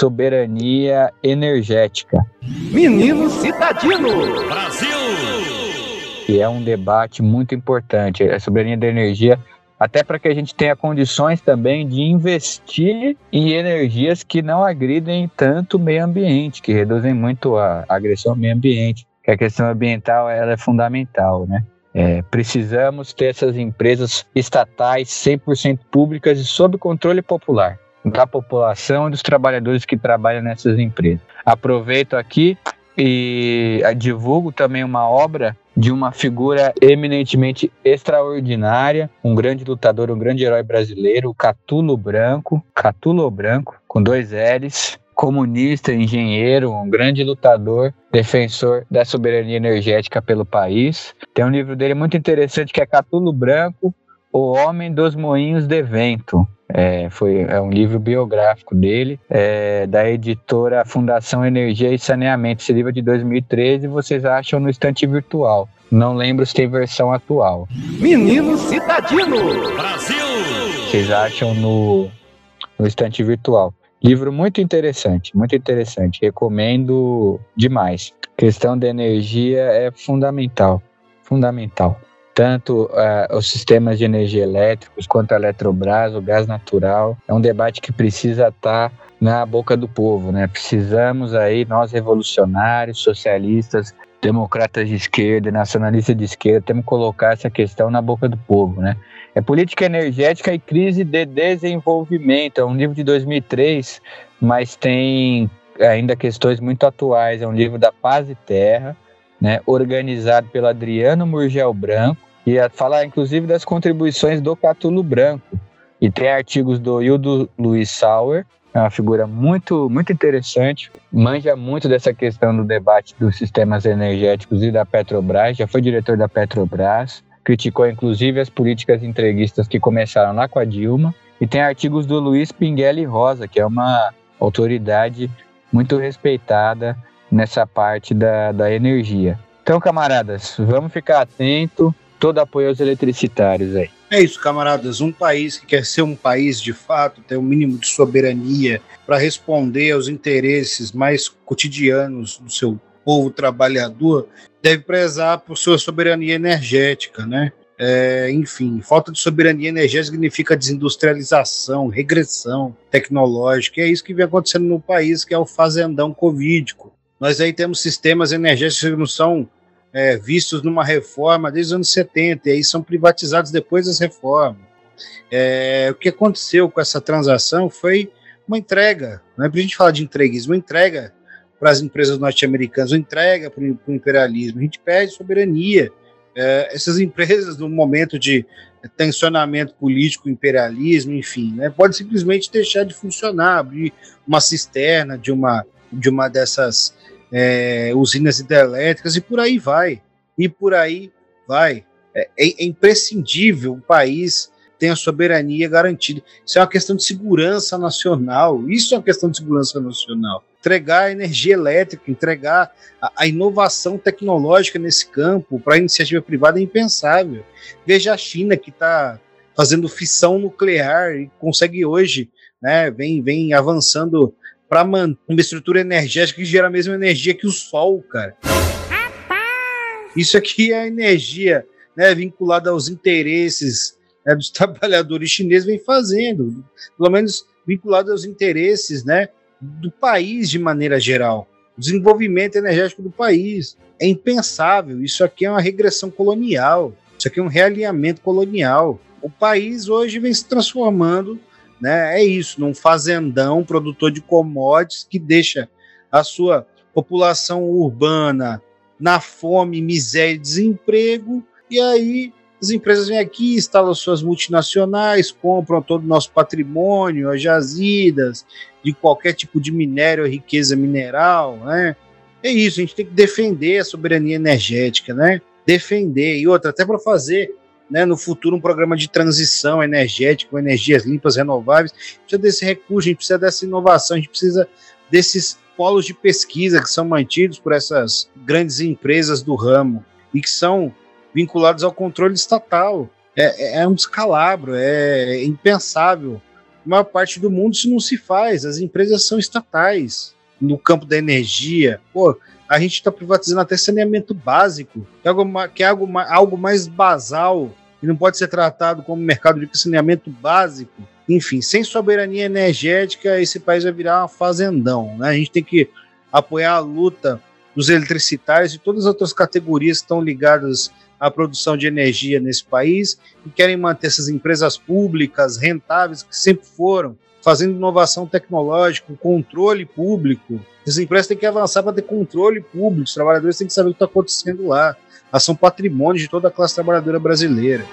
Speaker 9: soberania energética.
Speaker 7: Menino Citadino! Brasil!
Speaker 9: E é um debate muito importante, a soberania da energia, até para que a gente tenha condições também de investir em energias que não agridem tanto o meio ambiente, que reduzem muito a agressão ao meio ambiente, que a questão ambiental ela é fundamental, né? É, precisamos ter essas empresas estatais cem por cento públicas e sob controle popular da população e dos trabalhadores que trabalham nessas empresas. Aproveito aqui e divulgo também uma obra de uma figura eminentemente extraordinária, um grande lutador, um grande herói brasileiro, o Catulo Branco, Catulo Branco, com dois L's, comunista, engenheiro, um grande lutador, defensor da soberania energética pelo país. Tem um livro dele muito interessante que é Catulo Branco, O Homem dos Moinhos de Vento. É, foi, é um livro biográfico dele, é, da editora Fundação Energia e Saneamento. Esse livro é de dois mil e treze, vocês acham no estante virtual. Não lembro se tem versão atual.
Speaker 7: Menino Citadino! Brasil!
Speaker 9: Vocês acham no, no estante virtual. Livro muito interessante, muito interessante. Recomendo demais. A questão da energia é fundamental, fundamental. tanto uh, os sistemas de energia elétricos quanto a Eletrobras, o gás natural. É um debate que precisa estar na boca do povo, né? Precisamos aí, nós revolucionários, socialistas, democratas de esquerda, nacionalistas de esquerda, temos que colocar essa questão na boca do povo, né? É política energética e crise de desenvolvimento, é um livro de dois mil e três, mas tem ainda questões muito atuais, é um livro da Paz e Terra, né, organizado pelo Adriano Murgel Branco, e fala inclusive das contribuições do Catulo Branco, e tem artigos do Hildo Luiz Sauer, é uma figura muito, muito interessante, manja muito dessa questão do debate dos sistemas energéticos e da Petrobras, já foi diretor da Petrobras, criticou inclusive as políticas entreguistas que começaram lá com a Dilma, e tem artigos do Luiz Pinguelli Rosa, que é uma autoridade muito respeitada nessa parte da, da energia. Então, camaradas, vamos ficar atento, todo apoio aos eletricitários aí.
Speaker 1: É isso, camaradas. Um país que quer ser um país de fato, ter um mínimo de soberania para responder aos interesses mais cotidianos do seu povo trabalhador, deve prezar por sua soberania energética, né? É, enfim, falta de soberania energética significa desindustrialização, regressão tecnológica, e é isso que vem acontecendo no país, que é o fazendão covídico. Nós aí temos sistemas energéticos que não são É, vistos numa reforma desde os anos setenta, e aí são privatizados depois das reformas. É, o que aconteceu com essa transação foi uma entrega, não é para a gente falar de entreguismo, uma entrega para as empresas norte-americanas, uma entrega para o imperialismo. A gente perde soberania. É, essas empresas, no momento de tensionamento político, imperialismo, enfim, né, pode simplesmente deixar de funcionar, abrir uma cisterna de uma, de uma dessas É, usinas hidrelétricas e por aí vai, e por aí vai. É, é imprescindível o país ter a soberania garantida. Isso é uma questão de segurança nacional, isso é uma questão de segurança nacional. Entregar a energia elétrica, entregar a, a inovação tecnológica nesse campo para a iniciativa privada é impensável. Veja a China, que está fazendo fissão nuclear e consegue hoje, né, vem, vem avançando para manter uma estrutura energética que gera a mesma energia que o Sol, cara. Isso aqui é a energia, né, vinculada aos interesses, né, dos trabalhadores chineses, vem fazendo, pelo menos vinculado aos interesses, né, do país de maneira geral, o desenvolvimento energético do país. É impensável, isso aqui é uma regressão colonial, isso aqui é um realinhamento colonial. O país hoje vem se transformando, né, é isso, num fazendão produtor de commodities que deixa a sua população urbana na fome, miséria e desemprego, e aí as empresas vêm aqui, instalam suas multinacionais, compram todo o nosso patrimônio, as jazidas, de qualquer tipo de minério ou riqueza mineral, né? É isso, a gente tem que defender a soberania energética, né? Defender, e outra, até para fazer, né, no futuro, um programa de transição energética, com energias limpas, renováveis. A gente precisa desse recurso, a gente precisa dessa inovação, a gente precisa desses polos de pesquisa que são mantidos por essas grandes empresas do ramo e que são vinculados ao controle estatal. É, é um descalabro, é impensável. Na maior parte do mundo isso não se faz, as empresas são estatais no campo da energia. Pô, a gente está privatizando até saneamento básico, que é algo, que é algo, algo mais basal, que não pode ser tratado como mercado de saneamento básico. Enfim, sem soberania energética, esse país vai virar um fazendão, né? A gente tem que apoiar a luta dos eletricitários e todas as outras categorias que estão ligadas à produção de energia nesse país e querem manter essas empresas públicas, rentáveis, que sempre foram, fazendo inovação tecnológica, controle público. As empresas têm que avançar para ter controle público, os trabalhadores têm que saber o que está acontecendo lá. Elas são patrimônio de toda a classe trabalhadora brasileira.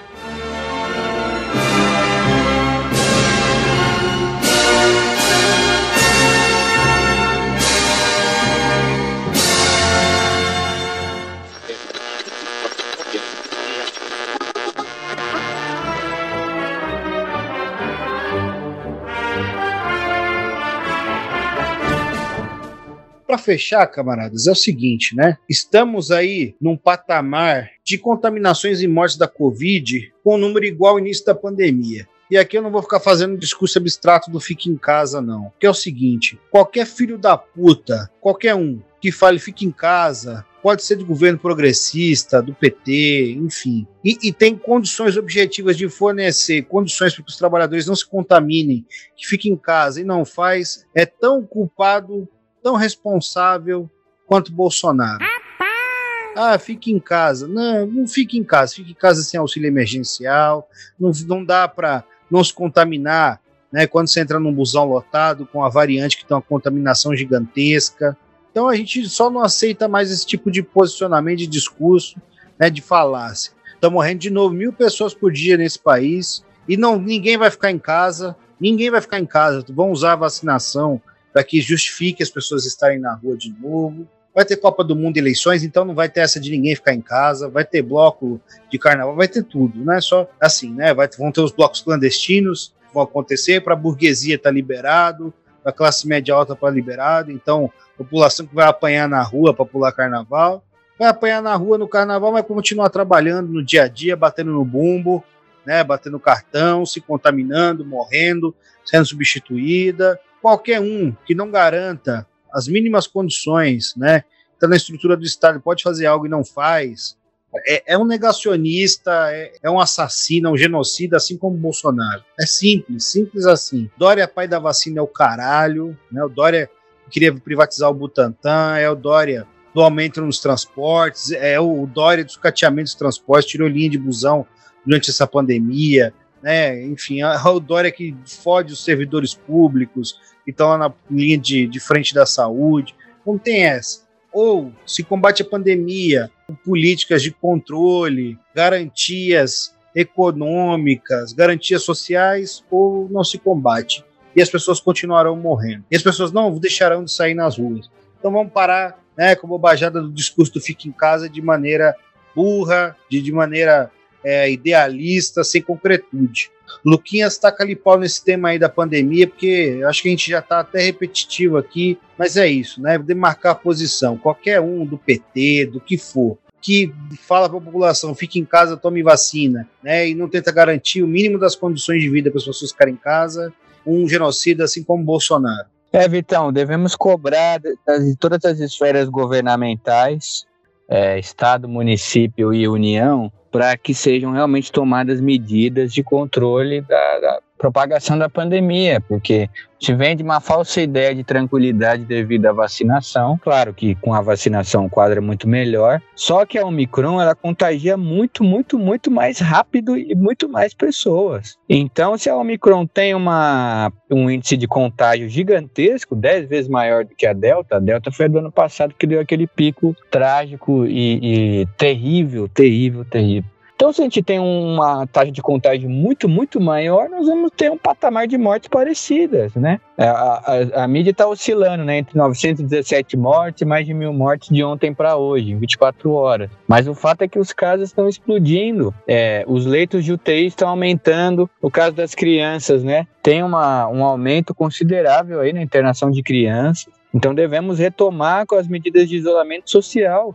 Speaker 1: Para fechar, camaradas, é o seguinte, né? Estamos aí num patamar de contaminações e mortes da Covid com um número igual ao início da pandemia. E aqui eu não vou ficar fazendo um discurso abstrato do fique em casa, não. Que é o seguinte, qualquer filho da puta, qualquer um que fale fique em casa, pode ser do governo progressista, do P T, enfim, e, e tem condições objetivas de fornecer condições para que os trabalhadores não se contaminem, que fiquem em casa e não faz, é tão culpado, tão responsável quanto Bolsonaro. Ah, fique em casa. Não, não fique em casa. Fique em casa sem auxílio emergencial. Não, não dá para não se contaminar, né, quando você entra num busão lotado com a variante que tem uma contaminação gigantesca. Então a gente só não aceita mais esse tipo de posicionamento, de discurso, né, de falácia. Estão morrendo de novo mil pessoas por dia nesse país e não, ninguém vai ficar em casa. Ninguém vai ficar em casa. Vão usar a vacinação para que justifique as pessoas estarem na rua de novo. Vai ter Copa do Mundo e eleições, então não vai ter essa de ninguém ficar em casa, vai ter bloco de carnaval, vai ter tudo, não é só assim, né? Vai, vão ter os blocos clandestinos que vão acontecer, para a burguesia estar tá liberado, para a classe média alta para liberado, então a população que vai apanhar na rua para pular carnaval, vai apanhar na rua no carnaval, vai continuar trabalhando no dia a dia, batendo no bumbo, né? Batendo cartão, se contaminando, morrendo, sendo substituída. Qualquer um que não garanta as mínimas condições, né? Está na estrutura do Estado, pode fazer algo e não faz. É, é um negacionista, é, é um assassino, é um genocida, assim como o Bolsonaro. É simples, simples assim. Dória, pai da vacina, é o caralho, né? O Dória queria privatizar o Butantan, é o Dória do aumento nos transportes, é o Dória do sucateamento dos transportes, tirou linha de busão durante essa pandemia, né? Enfim, é o Dória que fode os servidores públicos, que estão lá na linha de, de frente da saúde. Não tem essa. Ou se combate a pandemia com políticas de controle, garantias econômicas, garantias sociais, ou não se combate. E as pessoas continuarão morrendo. E as pessoas não deixarão de sair nas ruas. Então vamos parar, né, com a bobajada do discurso do fique em casa de maneira burra, de, de maneira é, idealista, sem concretude. Luquinhas taca ali pau nesse tema aí da pandemia, porque acho que a gente já está até repetitivo aqui, mas é isso, né? Demarcar a posição. Qualquer um do P T, do que for, que fala para a população, fique em casa, tome vacina, né? E não tenta garantir o mínimo das condições de vida para as pessoas ficarem em casa, um genocida assim como Bolsonaro.
Speaker 9: É, Vitão, devemos cobrar de todas as esferas governamentais, é, Estado, município e União, para que sejam realmente tomadas medidas de controle da, da propagação da pandemia, porque se vende uma falsa ideia de tranquilidade devido à vacinação. Claro que com a vacinação o quadro é muito melhor, só que a Omicron ela contagia muito, muito, muito mais rápido e muito mais pessoas. Então, se a Omicron tem uma, um índice de contágio gigantesco, dez vezes maior do que a Delta, a Delta foi do ano passado que deu aquele pico trágico e, e terrível, terrível, terrível. Então, se a gente tem uma taxa de contágio muito, muito maior, nós vamos ter um patamar de mortes parecidas, né? A, a, a mídia está oscilando, né, entre novecentas e dezessete mortes e mais de mil mortes de ontem para hoje, em vinte e quatro horas. Mas o fato é que os casos estão explodindo, é, os leitos de U T I estão aumentando, o caso das crianças, né? Tem uma, um aumento considerável aí na internação de crianças. Então devemos retomar com as medidas de isolamento social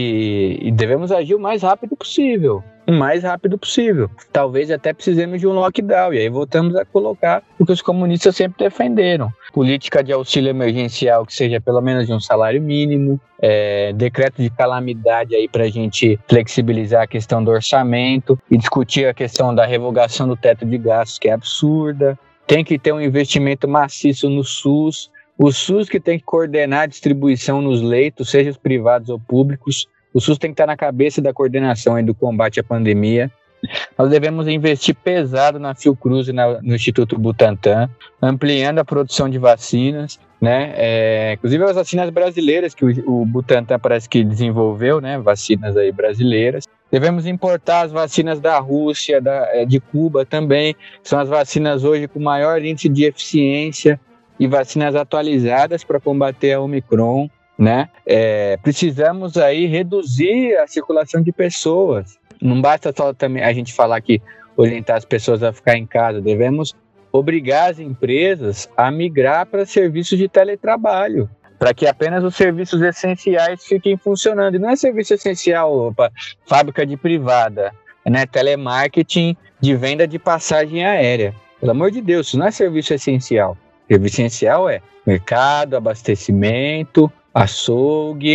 Speaker 9: e, e devemos agir o mais rápido possível. O mais rápido possível. Talvez até precisemos de um lockdown. E aí voltamos a colocar o que os comunistas sempre defenderam. Política de auxílio emergencial que seja pelo menos de um salário mínimo. É, decreto de calamidade aí para a gente flexibilizar a questão do orçamento e discutir a questão da revogação do teto de gastos, que é absurda. Tem que ter um investimento maciço no SUS. O SUS que tem que coordenar a distribuição nos leitos, seja os privados ou públicos. O SUS tem que estar na cabeça da coordenação aí do combate à pandemia. Nós devemos investir pesado na Fiocruz e na, no Instituto Butantan, ampliando a produção de vacinas, né? É, inclusive as vacinas brasileiras que o, o Butantan parece que desenvolveu, né? Vacinas aí brasileiras. Devemos importar as vacinas da Rússia, da, de Cuba também, que são as vacinas hoje com maior índice de eficiência e vacinas atualizadas para combater a Omicron. Né? É, precisamos aí reduzir a circulação de pessoas. Não basta só também a gente falar que orientar as pessoas a ficar em casa, devemos obrigar as empresas a migrar para serviços de teletrabalho, para que apenas os serviços essenciais fiquem funcionando. E não é serviço essencial, opa, fábrica de privada, né? Telemarketing de venda de passagem aérea. Pelo amor de Deus, isso não é serviço essencial. Serviço essencial é mercado, abastecimento, açougue,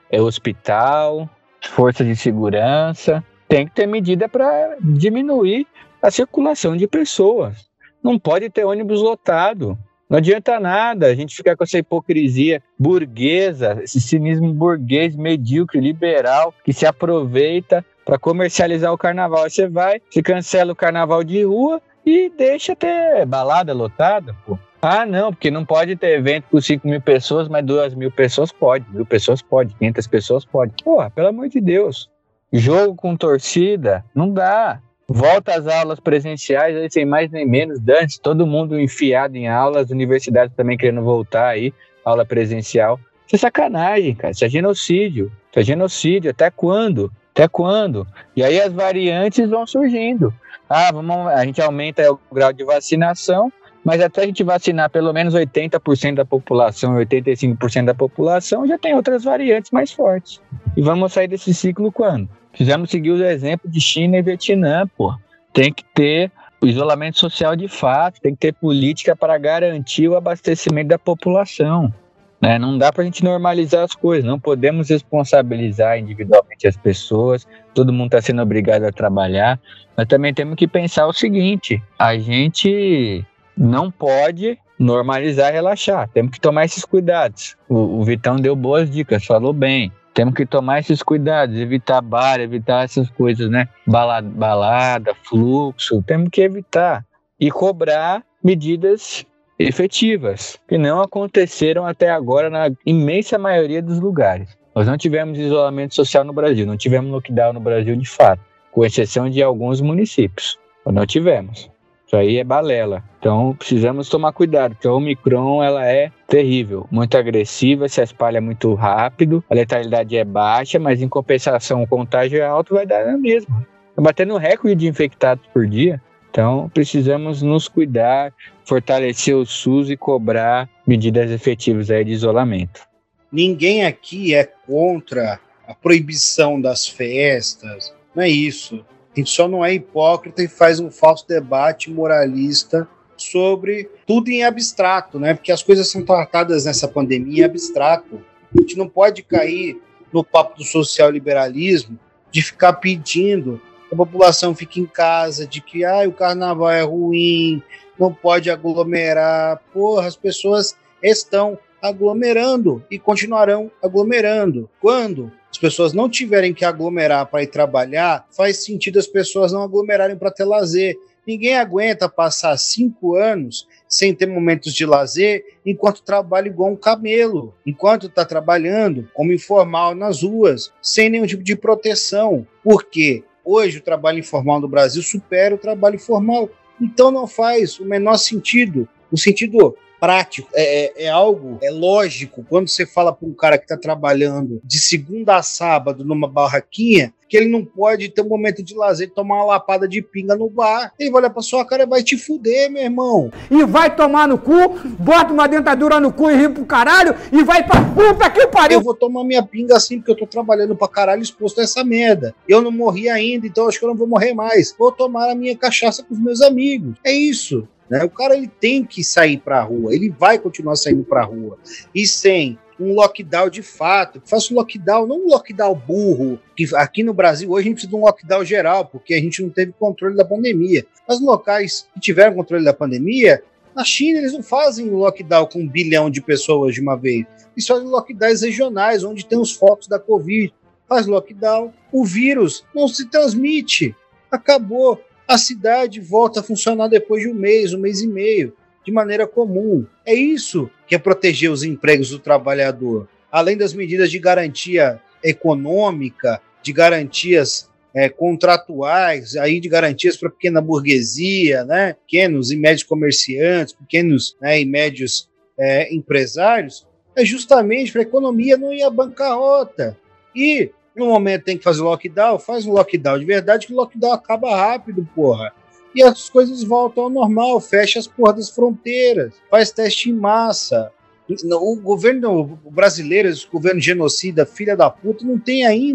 Speaker 9: é hospital, força de segurança. Tem que ter medida para diminuir a circulação de pessoas. Não pode ter ônibus lotado. Não adianta nada a gente ficar com essa hipocrisia burguesa, esse cinismo burguês, medíocre, liberal, que se aproveita para comercializar o carnaval. Aí você vai, você cancela o carnaval de rua e deixa ter balada lotada, pô. Ah, não, porque não pode ter evento com cinco mil pessoas, mas duas mil pessoas pode, mil pessoas pode, quinhentas pessoas pode. Porra, pelo amor de Deus. Jogo com torcida, não dá. Volta às aulas presenciais, aí sem mais nem menos, dane-se, todo mundo enfiado em aulas, as universidades também querendo voltar aí, aula presencial. Isso é sacanagem, cara, isso é genocídio. Isso é genocídio, até quando? Até quando? E aí as variantes vão surgindo. Ah, vamos, a gente aumenta o grau de vacinação, mas até a gente vacinar pelo menos oitenta por cento da população, oitenta e cinco por cento da população, já tem outras variantes mais fortes. E vamos sair desse ciclo quando? Precisamos seguir o exemplo de China e Vietnã, pô. Tem que ter o isolamento social de fato, tem que ter política para garantir o abastecimento da população. Né? Não dá para a gente normalizar as coisas, não podemos responsabilizar individualmente as pessoas, todo mundo está sendo obrigado a trabalhar, mas também temos que pensar o seguinte, a gente não pode normalizar e relaxar, temos que tomar esses cuidados. O, o Vitão deu boas dicas, falou bem. Temos que tomar esses cuidados, evitar bar, evitar essas coisas, né? Balada, balada, fluxo, temos que evitar. E cobrar medidas efetivas, que não aconteceram até agora na imensa maioria dos lugares. Nós não tivemos isolamento social no Brasil, não tivemos lockdown no Brasil de fato, com exceção de alguns municípios. Nós não tivemos. Isso aí é balela. Então precisamos tomar cuidado, porque a Omicron ela é terrível, muito agressiva, se espalha muito rápido, a letalidade é baixa, mas em compensação o contágio é alto, vai dar na mesma. Está batendo recorde de infectados por dia. Então precisamos nos cuidar, fortalecer o SUS e cobrar medidas efetivas aí de isolamento.
Speaker 1: Ninguém aqui é contra a proibição das festas, não é isso. A gente só não é hipócrita e faz um falso debate moralista sobre tudo em abstrato, né? Porque as coisas são tratadas nessa pandemia em abstrato. A gente não pode cair no papo do social liberalismo de ficar pedindo que a população fique em casa, de que ah, o carnaval é ruim, não pode aglomerar. Porra, as pessoas estão aglomerando e continuarão aglomerando. Quando as pessoas não tiverem que aglomerar para ir trabalhar, faz sentido as pessoas não aglomerarem para ter lazer. Ninguém aguenta passar cinco anos sem ter momentos de lazer enquanto trabalha igual um camelo, enquanto está trabalhando como informal nas ruas, sem nenhum tipo de proteção. Por quê? Hoje o trabalho informal no Brasil supera o trabalho formal. Então não faz o menor sentido. O sentido prático, é, é algo, é lógico, quando você fala para um cara que está trabalhando de segunda a sábado numa barraquinha, que ele não pode ter um momento de lazer, tomar uma lapada de pinga no bar, ele vai olhar pra sua cara e vai te fuder, meu irmão.
Speaker 12: E vai tomar no cu, bota uma dentadura no cu e ri pro caralho, e vai pra puta que pariu.
Speaker 1: Eu vou tomar minha pinga assim, porque eu tô trabalhando pra caralho exposto a essa merda. Eu não morri ainda, então acho que eu não vou morrer mais. Vou tomar a minha cachaça com os meus amigos. É isso. Né? O cara ele tem que sair pra rua, ele vai continuar saindo pra rua. E sem um lockdown de fato, faça um lockdown, não um lockdown burro, que aqui no Brasil hoje a gente precisa de um lockdown geral, porque a gente não teve controle da pandemia. Mas locais que tiveram controle da pandemia, na China eles não fazem um lockdown com um bilhão de pessoas de uma vez. Eles fazem lockdowns regionais, onde tem os focos da Covid. Faz lockdown, o vírus não se transmite, acabou. A cidade volta a funcionar depois de um mês, um mês e meio, de maneira comum. É isso que é proteger os empregos do trabalhador. Além das medidas de garantia econômica, de garantias é, contratuais, aí de garantias para a pequena burguesia, né? Pequenos e médios comerciantes, pequenos, né, e médios é, empresários, é justamente para a economia não ir à bancarrota. E no momento tem que fazer lockdown, faz um lockdown de verdade, que o lockdown acaba rápido, porra. E as coisas voltam ao normal, fecha as porras das fronteiras, faz teste em massa. O governo brasileiro, esse governo genocida, filha da puta, não tem ainda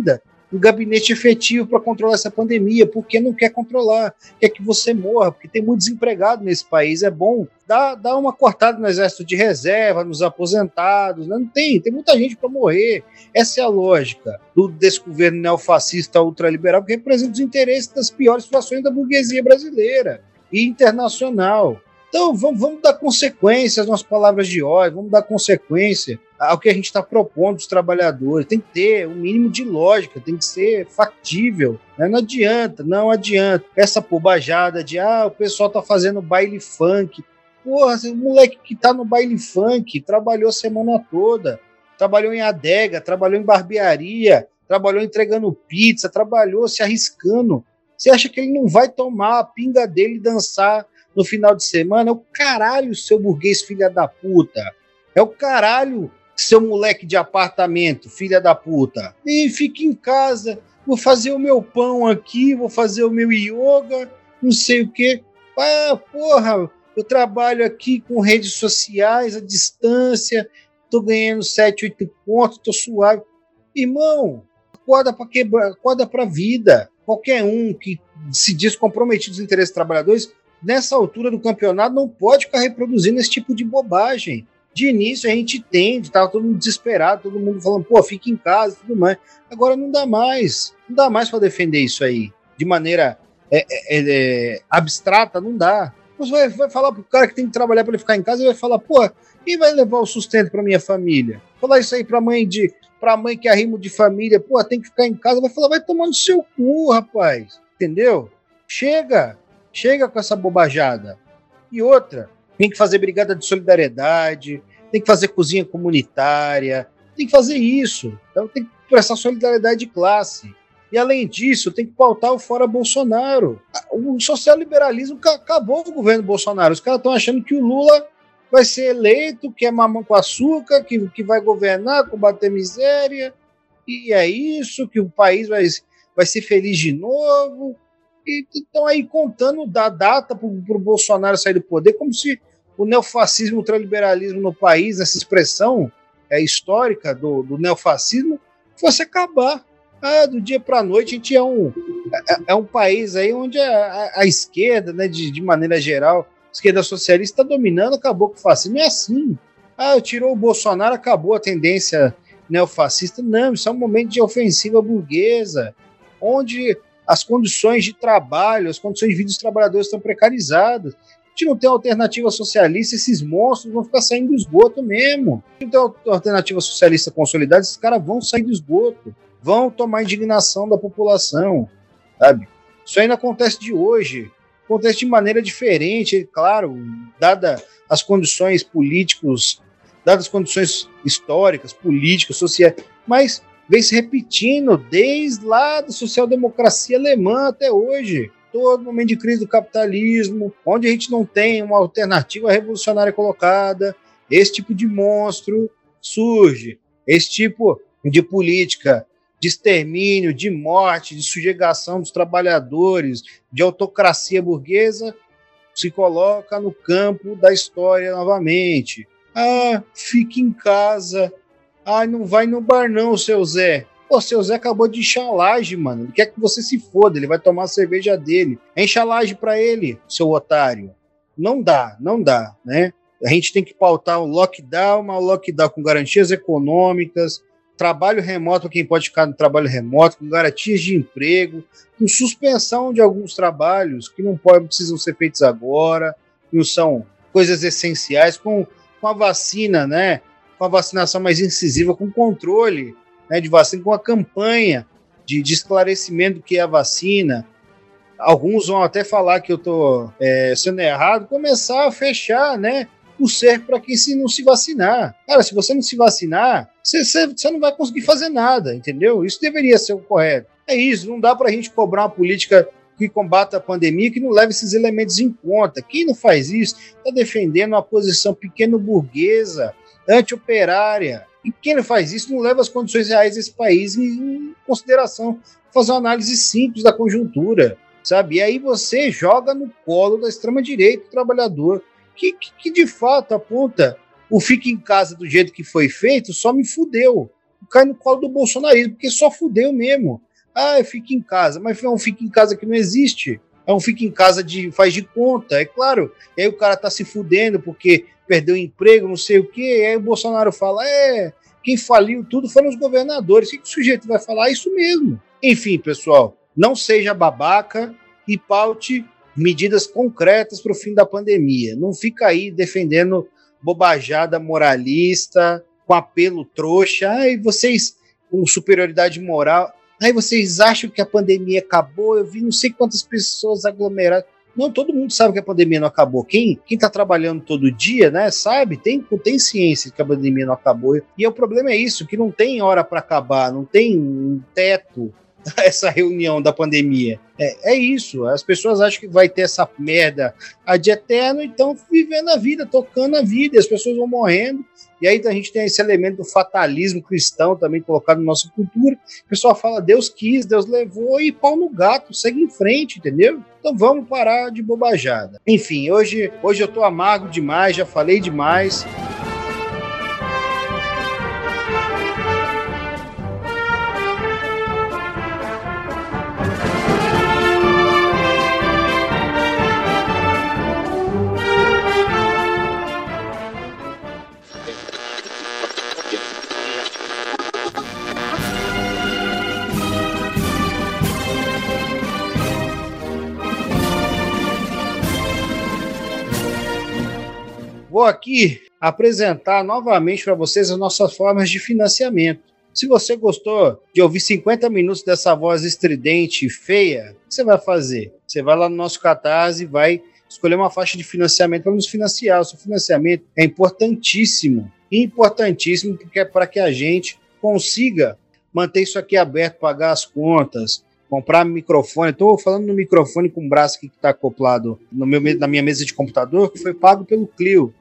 Speaker 1: um gabinete efetivo para controlar essa pandemia, porque não quer controlar, quer que você morra, porque tem muito desempregado nesse país. É bom dar, dar uma cortada no exército de reserva, nos aposentados, né? Não tem, tem muita gente para morrer. Essa é a lógica do, desse governo neofascista ultraliberal, que representa os interesses das piores situações da burguesia brasileira e internacional. Então vamos, vamos dar consequência às nossas palavras de ódio, vamos dar consequência ao que a gente está propondo dos trabalhadores. Tem que ter um mínimo de lógica, tem que ser factível, né? Não adianta, não adianta. Essa bobajada de, ah, o pessoal tá fazendo baile funk. Porra, o moleque que tá no baile funk trabalhou a semana toda, trabalhou em adega, trabalhou em barbearia, trabalhou entregando pizza, trabalhou se arriscando. Você acha que ele não vai tomar a pinga dele e dançar no final de semana? É o caralho, seu burguês filha da puta. É o caralho, seu moleque de apartamento, filha da puta. E fica em casa, vou fazer o meu pão aqui, vou fazer o meu yoga, não sei o quê. Ah, porra, eu trabalho aqui com redes sociais, à distância, tô ganhando sete, oito pontos, tô suave. Irmão, acorda pra quebrar, acorda pra vida. Qualquer um que se diz comprometido com os interesses dos trabalhadores, nessa altura do campeonato, não pode ficar reproduzindo esse tipo de bobagem. De início a gente entende, estava todo mundo desesperado, todo mundo falando, pô, fica em casa e tudo mais. Agora não dá mais, não dá mais para defender isso aí, de maneira é, é, é, abstrata, não dá. Você vai, vai falar pro cara que tem que trabalhar para ele ficar em casa, e vai falar, pô, quem vai levar o sustento para minha família? Falar isso aí para mãe de, pra mãe que arrima de família, pô, tem que ficar em casa, vai falar, vai tomar no seu cu, rapaz, entendeu? Chega, chega com essa bobajada. E outra, tem que fazer brigada de solidariedade, tem que fazer cozinha comunitária, tem que fazer isso. Então tem que prestar solidariedade de classe. E além disso, tem que pautar o fora Bolsonaro. O social-liberalismo acabou com o governo Bolsonaro. Os caras estão achando que o Lula vai ser eleito, que é mamão com açúcar, que, que vai governar, combater miséria, e é isso, que o país vai, vai ser feliz de novo. E estão aí contando da data para o Bolsonaro sair do poder, como se o neofascismo, o ultraliberalismo no país, essa expressão é, histórica do, do neofascismo, fosse acabar. Ah, do dia para a noite a gente é um, é, é um país aí onde a, a, a esquerda, né, de, de maneira geral, a esquerda socialista está dominando, acabou com o fascismo. Não é assim. Ah, tirou o Bolsonaro, acabou a tendência neofascista. Não, isso é um momento de ofensiva burguesa, onde as condições de trabalho, as condições de vida dos trabalhadores estão precarizadas. A gente não tem alternativa socialista, esses monstros vão ficar saindo do esgoto mesmo. Se não tem alternativa socialista consolidada, esses caras vão sair do esgoto, vão tomar a indignação da população, sabe? Isso ainda acontece de hoje, acontece de maneira diferente, claro, dada as condições políticos, dadas as condições históricas, políticas, sociais, mas vem se repetindo desde lá da social-democracia alemã até hoje. Todo momento de crise do capitalismo, onde a gente não tem uma alternativa revolucionária colocada, esse tipo de monstro surge, esse tipo de política de extermínio, de morte, de subjugação dos trabalhadores, de autocracia burguesa, se coloca no campo da história novamente. Ah, fique em casa. Ah, não vai no bar não, seu Zé. Pô, seu Zé acabou de encher a laje, mano. Ele quer que você se foda, ele vai tomar a cerveja dele. Enche a laje pra ele, seu otário. Não dá, não dá, né? A gente tem que pautar um lockdown, um lockdown com garantias econômicas, trabalho remoto, quem pode ficar no trabalho remoto, com garantias de emprego, com suspensão de alguns trabalhos que não podem, precisam ser feitos agora, que não são coisas essenciais, com, com a vacina, né? Com a vacinação mais incisiva, com controle, né, de vacina, com a campanha de, de esclarecimento do que é a vacina. Alguns vão até falar que eu estou é, sendo errado, começar a fechar, né, o cerco para quem se não se vacinar. Cara, se você não se vacinar, você, você, você não vai conseguir fazer nada, entendeu? Isso deveria ser o correto. É isso, não dá para a gente cobrar uma política que combata a pandemia que não leva esses elementos em conta. Quem não faz isso está defendendo uma posição pequeno-burguesa, anti-operária. E quem não faz isso não leva as condições reais desse país em consideração, fazer uma análise simples da conjuntura, sabe? E aí você joga no colo da extrema-direita o trabalhador, que, que, que de fato aponta o fica em casa do jeito que foi feito, só me fudeu. Cai no colo do bolsonarismo, porque só fudeu mesmo. Ah, fica em casa. Mas é um fica em casa que não existe. É um fica em casa de faz de conta, é claro. E aí o cara tá se fudendo porque perdeu o emprego, não sei o quê. E aí o Bolsonaro fala, é, quem faliu tudo foram os governadores. O que, que o sujeito vai falar? Isso mesmo. Enfim, pessoal, não seja babaca e paute medidas concretas para o fim da pandemia. Não fica aí defendendo bobajada moralista, com apelo trouxa. Ai, vocês com superioridade moral. Aí vocês acham que a pandemia acabou? Eu vi não sei quantas pessoas aglomeradas. Não, todo mundo sabe que a pandemia não acabou. Quem quem está trabalhando todo dia, né, sabe? Tem, tem ciência que a pandemia não acabou. E o problema é isso, que não tem hora para acabar, não tem um teto essa reunião da pandemia. É, é isso. As pessoas acham que vai ter essa merda ad eterno e estão vivendo a vida, tocando a vida. E as pessoas vão morrendo. E aí a gente tem esse elemento do fatalismo cristão também colocado na nossa cultura. O pessoal fala, Deus quis, Deus levou e pau no gato, segue em frente, entendeu? Então vamos parar de bobajada. Enfim, hoje, hoje eu tô amargo demais, já falei demais. Vou aqui apresentar novamente para vocês as nossas formas de financiamento. Se você gostou de ouvir cinquenta minutos dessa voz estridente e feia, o que você vai fazer? Você vai lá no nosso Catarse e vai escolher uma faixa de financiamento para nos financiar. O seu financiamento é importantíssimo, importantíssimo, porque é para que a gente consiga manter isso aqui aberto, pagar as contas, comprar microfone. Estou falando no microfone com o braço aqui que está acoplado no meu, na minha mesa de computador, que foi pago pelo Clio.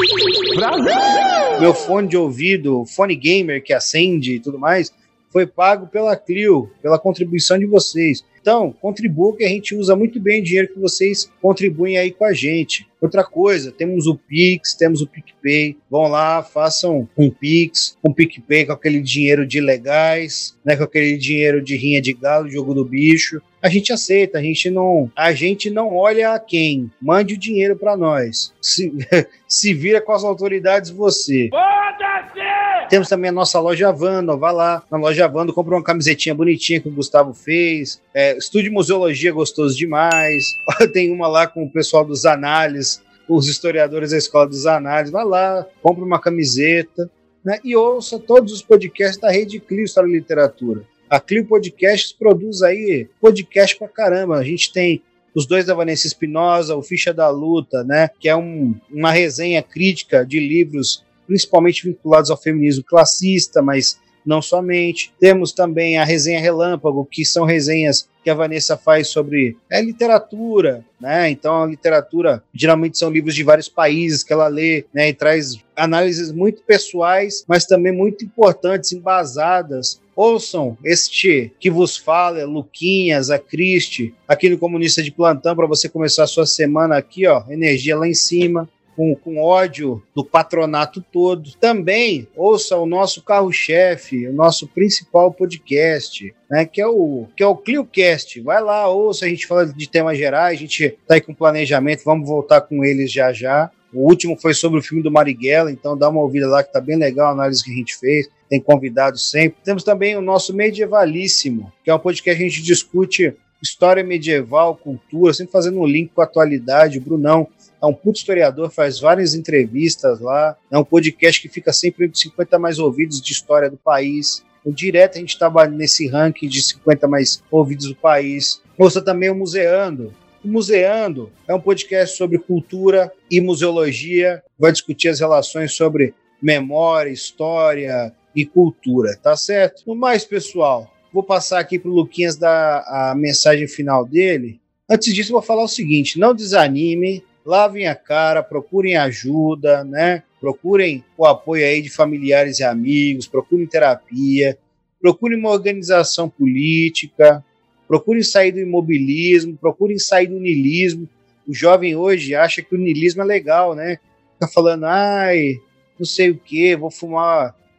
Speaker 1: Brasil! Meu fone de ouvido, fone gamer que acende e tudo mais, foi pago pela Clio, pela contribuição de vocês. Então, contribua, que a gente usa muito bem o dinheiro que vocês contribuem aí com a gente. Outra coisa, temos o Pix, temos o PicPay. Vão lá, façam um Pix, um PicPay com aquele dinheiro de legais, né, com aquele dinheiro de rinha de galo, jogo do bicho. A gente aceita, a gente não, a gente não olha a quem. Mande o dinheiro para nós. Se, se vira com as autoridades você. Foda-se! Temos também a nossa loja Vando, vá lá na loja Vando, compra uma camisetinha bonitinha que o Gustavo fez. É, Estúdio Museologia, gostoso demais. Tem uma lá com o pessoal dos Análises, os historiadores da Escola dos Análises. Vai lá, compra uma camiseta, né, e ouça todos os podcasts da Rede Clio História e Literatura. A Clio Podcasts produz aí podcast pra caramba. A gente tem os dois da Vanessa Espinosa, o Ficha da Luta, né, que é um, uma resenha crítica de livros principalmente vinculados ao feminismo classista, mas não somente. Temos também a Resenha Relâmpago, que são resenhas que a Vanessa faz sobre é, literatura, né? Então a literatura geralmente são livros de vários países que ela lê, né? E traz análises muito pessoais, mas também muito importantes, embasadas. Ouçam este que vos fala, é Luquinhas, a Cristi, aqui no Comunista de Plantão, para você começar a sua semana aqui, ó, energia lá em cima. Com, com ódio do patronato todo. Também ouça o nosso carro-chefe, o nosso principal podcast, né, que é o, que é o ClioCast. Vai lá, ouça, a gente fala de temas gerais, a gente tá aí com planejamento, vamos voltar com eles já já. O último foi sobre o filme do Marighella, então dá uma ouvida lá que tá bem legal a análise que a gente fez, tem convidados sempre. Temos também o nosso Medievalíssimo, que é um podcast que a gente discute história medieval, cultura, sempre fazendo um link com a atualidade. O Brunão é um puto historiador, faz várias entrevistas lá. É um podcast que fica sempre entre cinquenta mais ouvidos de história do país. O direto a gente estava nesse ranking de cinquenta mais ouvidos do país. Ouça também o Museando. O Museando é um podcast sobre cultura e museologia. Vai discutir as relações sobre memória, história e cultura, tá certo? No mais, pessoal, vou passar aqui para o Luquinhas dar a mensagem final dele. Antes disso, eu vou falar o seguinte: não desanime, lavem a cara, procurem ajuda, né? Procurem o apoio aí de familiares e amigos, procurem terapia, procurem uma organização política, procurem sair do imobilismo, procurem sair do niilismo. O jovem hoje acha que o niilismo é legal, né? Fica falando, ai, não sei o que, vou fumar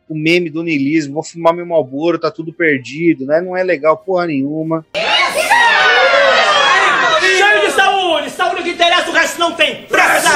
Speaker 1: o meme do niilismo, vou fumar meu Marlboro, tá tudo perdido, né? Não é legal porra nenhuma.
Speaker 7: Cheio de saúde! Saúde que interessa, o resto não tem pressa!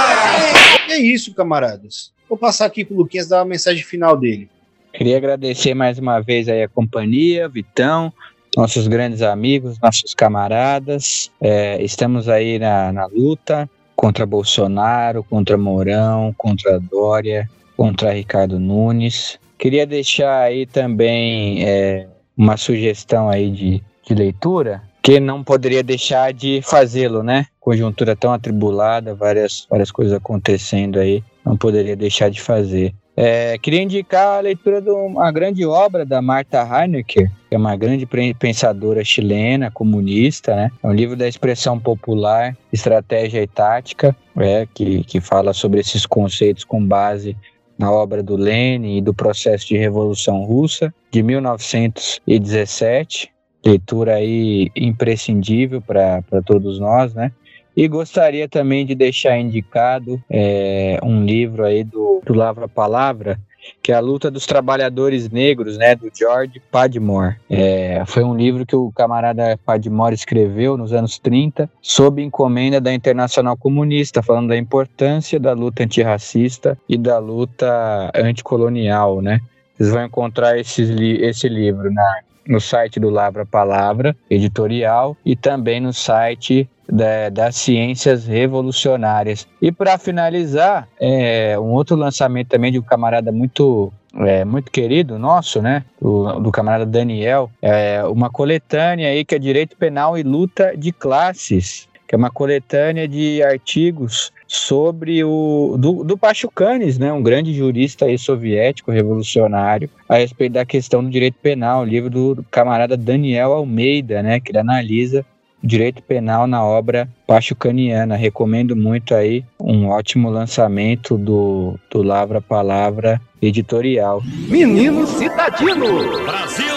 Speaker 1: É isso, camaradas. Vou passar aqui pro Luquinhas dar a mensagem final dele.
Speaker 9: Queria agradecer mais uma vez aí a companhia, Vitão, nossos grandes amigos, nossos camaradas. É, estamos aí na, na luta contra Bolsonaro, contra Mourão, contra Dória, contra Ricardo Nunes. Queria deixar aí também é, uma sugestão aí de, de leitura, que não poderia deixar de fazê-lo, né? Conjuntura tão atribulada, várias, várias coisas acontecendo aí, não poderia deixar de fazer. É, queria indicar a leitura de uma grande obra da Martha Heinecker, que é uma grande pensadora chilena, comunista, né? É um livro da expressão popular, estratégia e tática, é, que, que fala sobre esses conceitos com base na obra do Lenin e do processo de Revolução Russa, de mil novecentos e dezessete, leitura aí imprescindível para todos nós, né? E gostaria também de deixar indicado é, um livro aí do, do Lavra Palavra, que é a luta dos trabalhadores negros, né, do George Padmore. É, foi um livro que o camarada Padmore escreveu nos anos trinta, sob encomenda da Internacional Comunista, falando da importância da luta antirracista e da luta anticolonial, né? Vocês vão encontrar esses li- esse livro na, no site do Lavra Palavra, editorial, e também no site Da, das Ciências Revolucionárias. E para finalizar, é, um outro lançamento também de um camarada muito, é, muito querido nosso, né? Do, do camarada Daniel, é uma coletânea aí que é Direito Penal e Luta de Classes, que é uma coletânea de artigos sobre o do, do Pachucanes, né? Um grande jurista aí soviético, revolucionário, a respeito da questão do direito penal, o livro do, do camarada Daniel Almeida, né? Que ele analisa direito penal na obra pachucaniana. Recomendo muito aí, um ótimo lançamento do, do Lavra Palavra editorial.
Speaker 7: Menino Citadino! Brasil!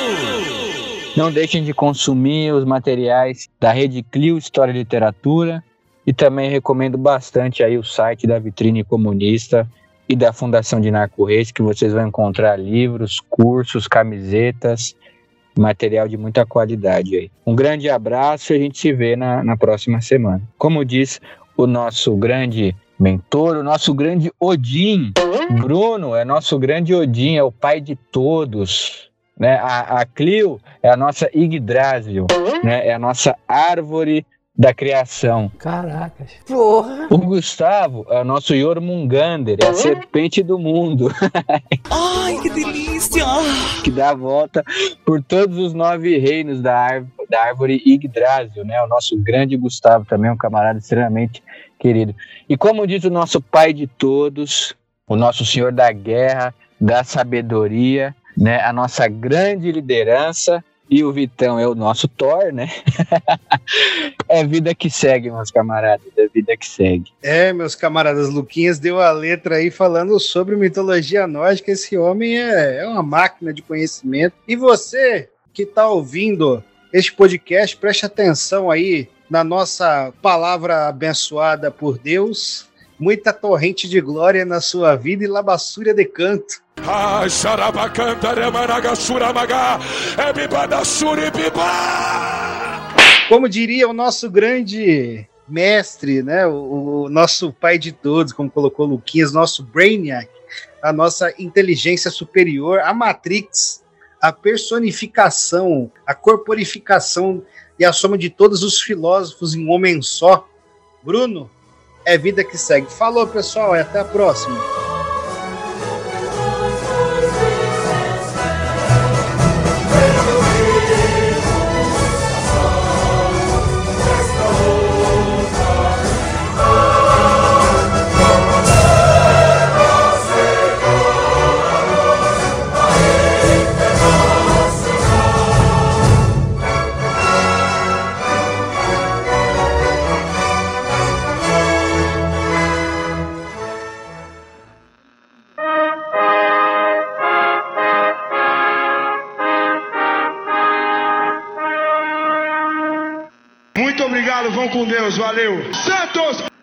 Speaker 9: Não deixem de consumir os materiais da Rede Clio História e Literatura, e também recomendo bastante aí o site da Vitrine Comunista e da Fundação de Narco Reis, que vocês vão encontrar livros, cursos, camisetas, material de muita qualidade aí. Um grande abraço e a gente se vê na, na próxima semana. Como diz o nosso grande mentor, o nosso grande Odin, Bruno é nosso grande Odin, é o pai de todos, né? A, a Clio é a nossa Yggdrasil, né? É a nossa árvore da criação.
Speaker 12: Caracas. Porra.
Speaker 9: O Gustavo é o nosso Jormungander, é a serpente do mundo.
Speaker 14: Ai, que delícia!
Speaker 9: Que dá a volta por todos os nove reinos da árvore, da árvore Yggdrasil, né? O nosso grande Gustavo também, um camarada extremamente querido. E como diz o nosso pai de todos, o nosso senhor da guerra, da sabedoria, né? A nossa grande liderança, e o Vitão é o nosso Thor, né? É vida que segue, meus camaradas, é vida que segue.
Speaker 1: É, meus camaradas, Luquinhas deu a letra aí falando sobre mitologia nórdica. Esse homem é, é uma máquina de conhecimento. E você que está ouvindo este podcast, preste atenção aí na nossa palavra abençoada por Deus. Muita torrente de glória na sua vida e labassúria de canto.
Speaker 16: Ah, xarabacanta, remanagaxuramaga, é bibadaxuribiba!
Speaker 1: Como diria o nosso grande mestre, né, o, o nosso pai de todos, como colocou o Luquinhas, nosso Brainiac, a nossa inteligência superior, a Matrix, a personificação, a corporificação e a soma de todos os filósofos em um homem só. Bruno, é vida que segue. Falou, pessoal, e até a próxima.
Speaker 16: Muito obrigado, vão com Deus, valeu. Santos!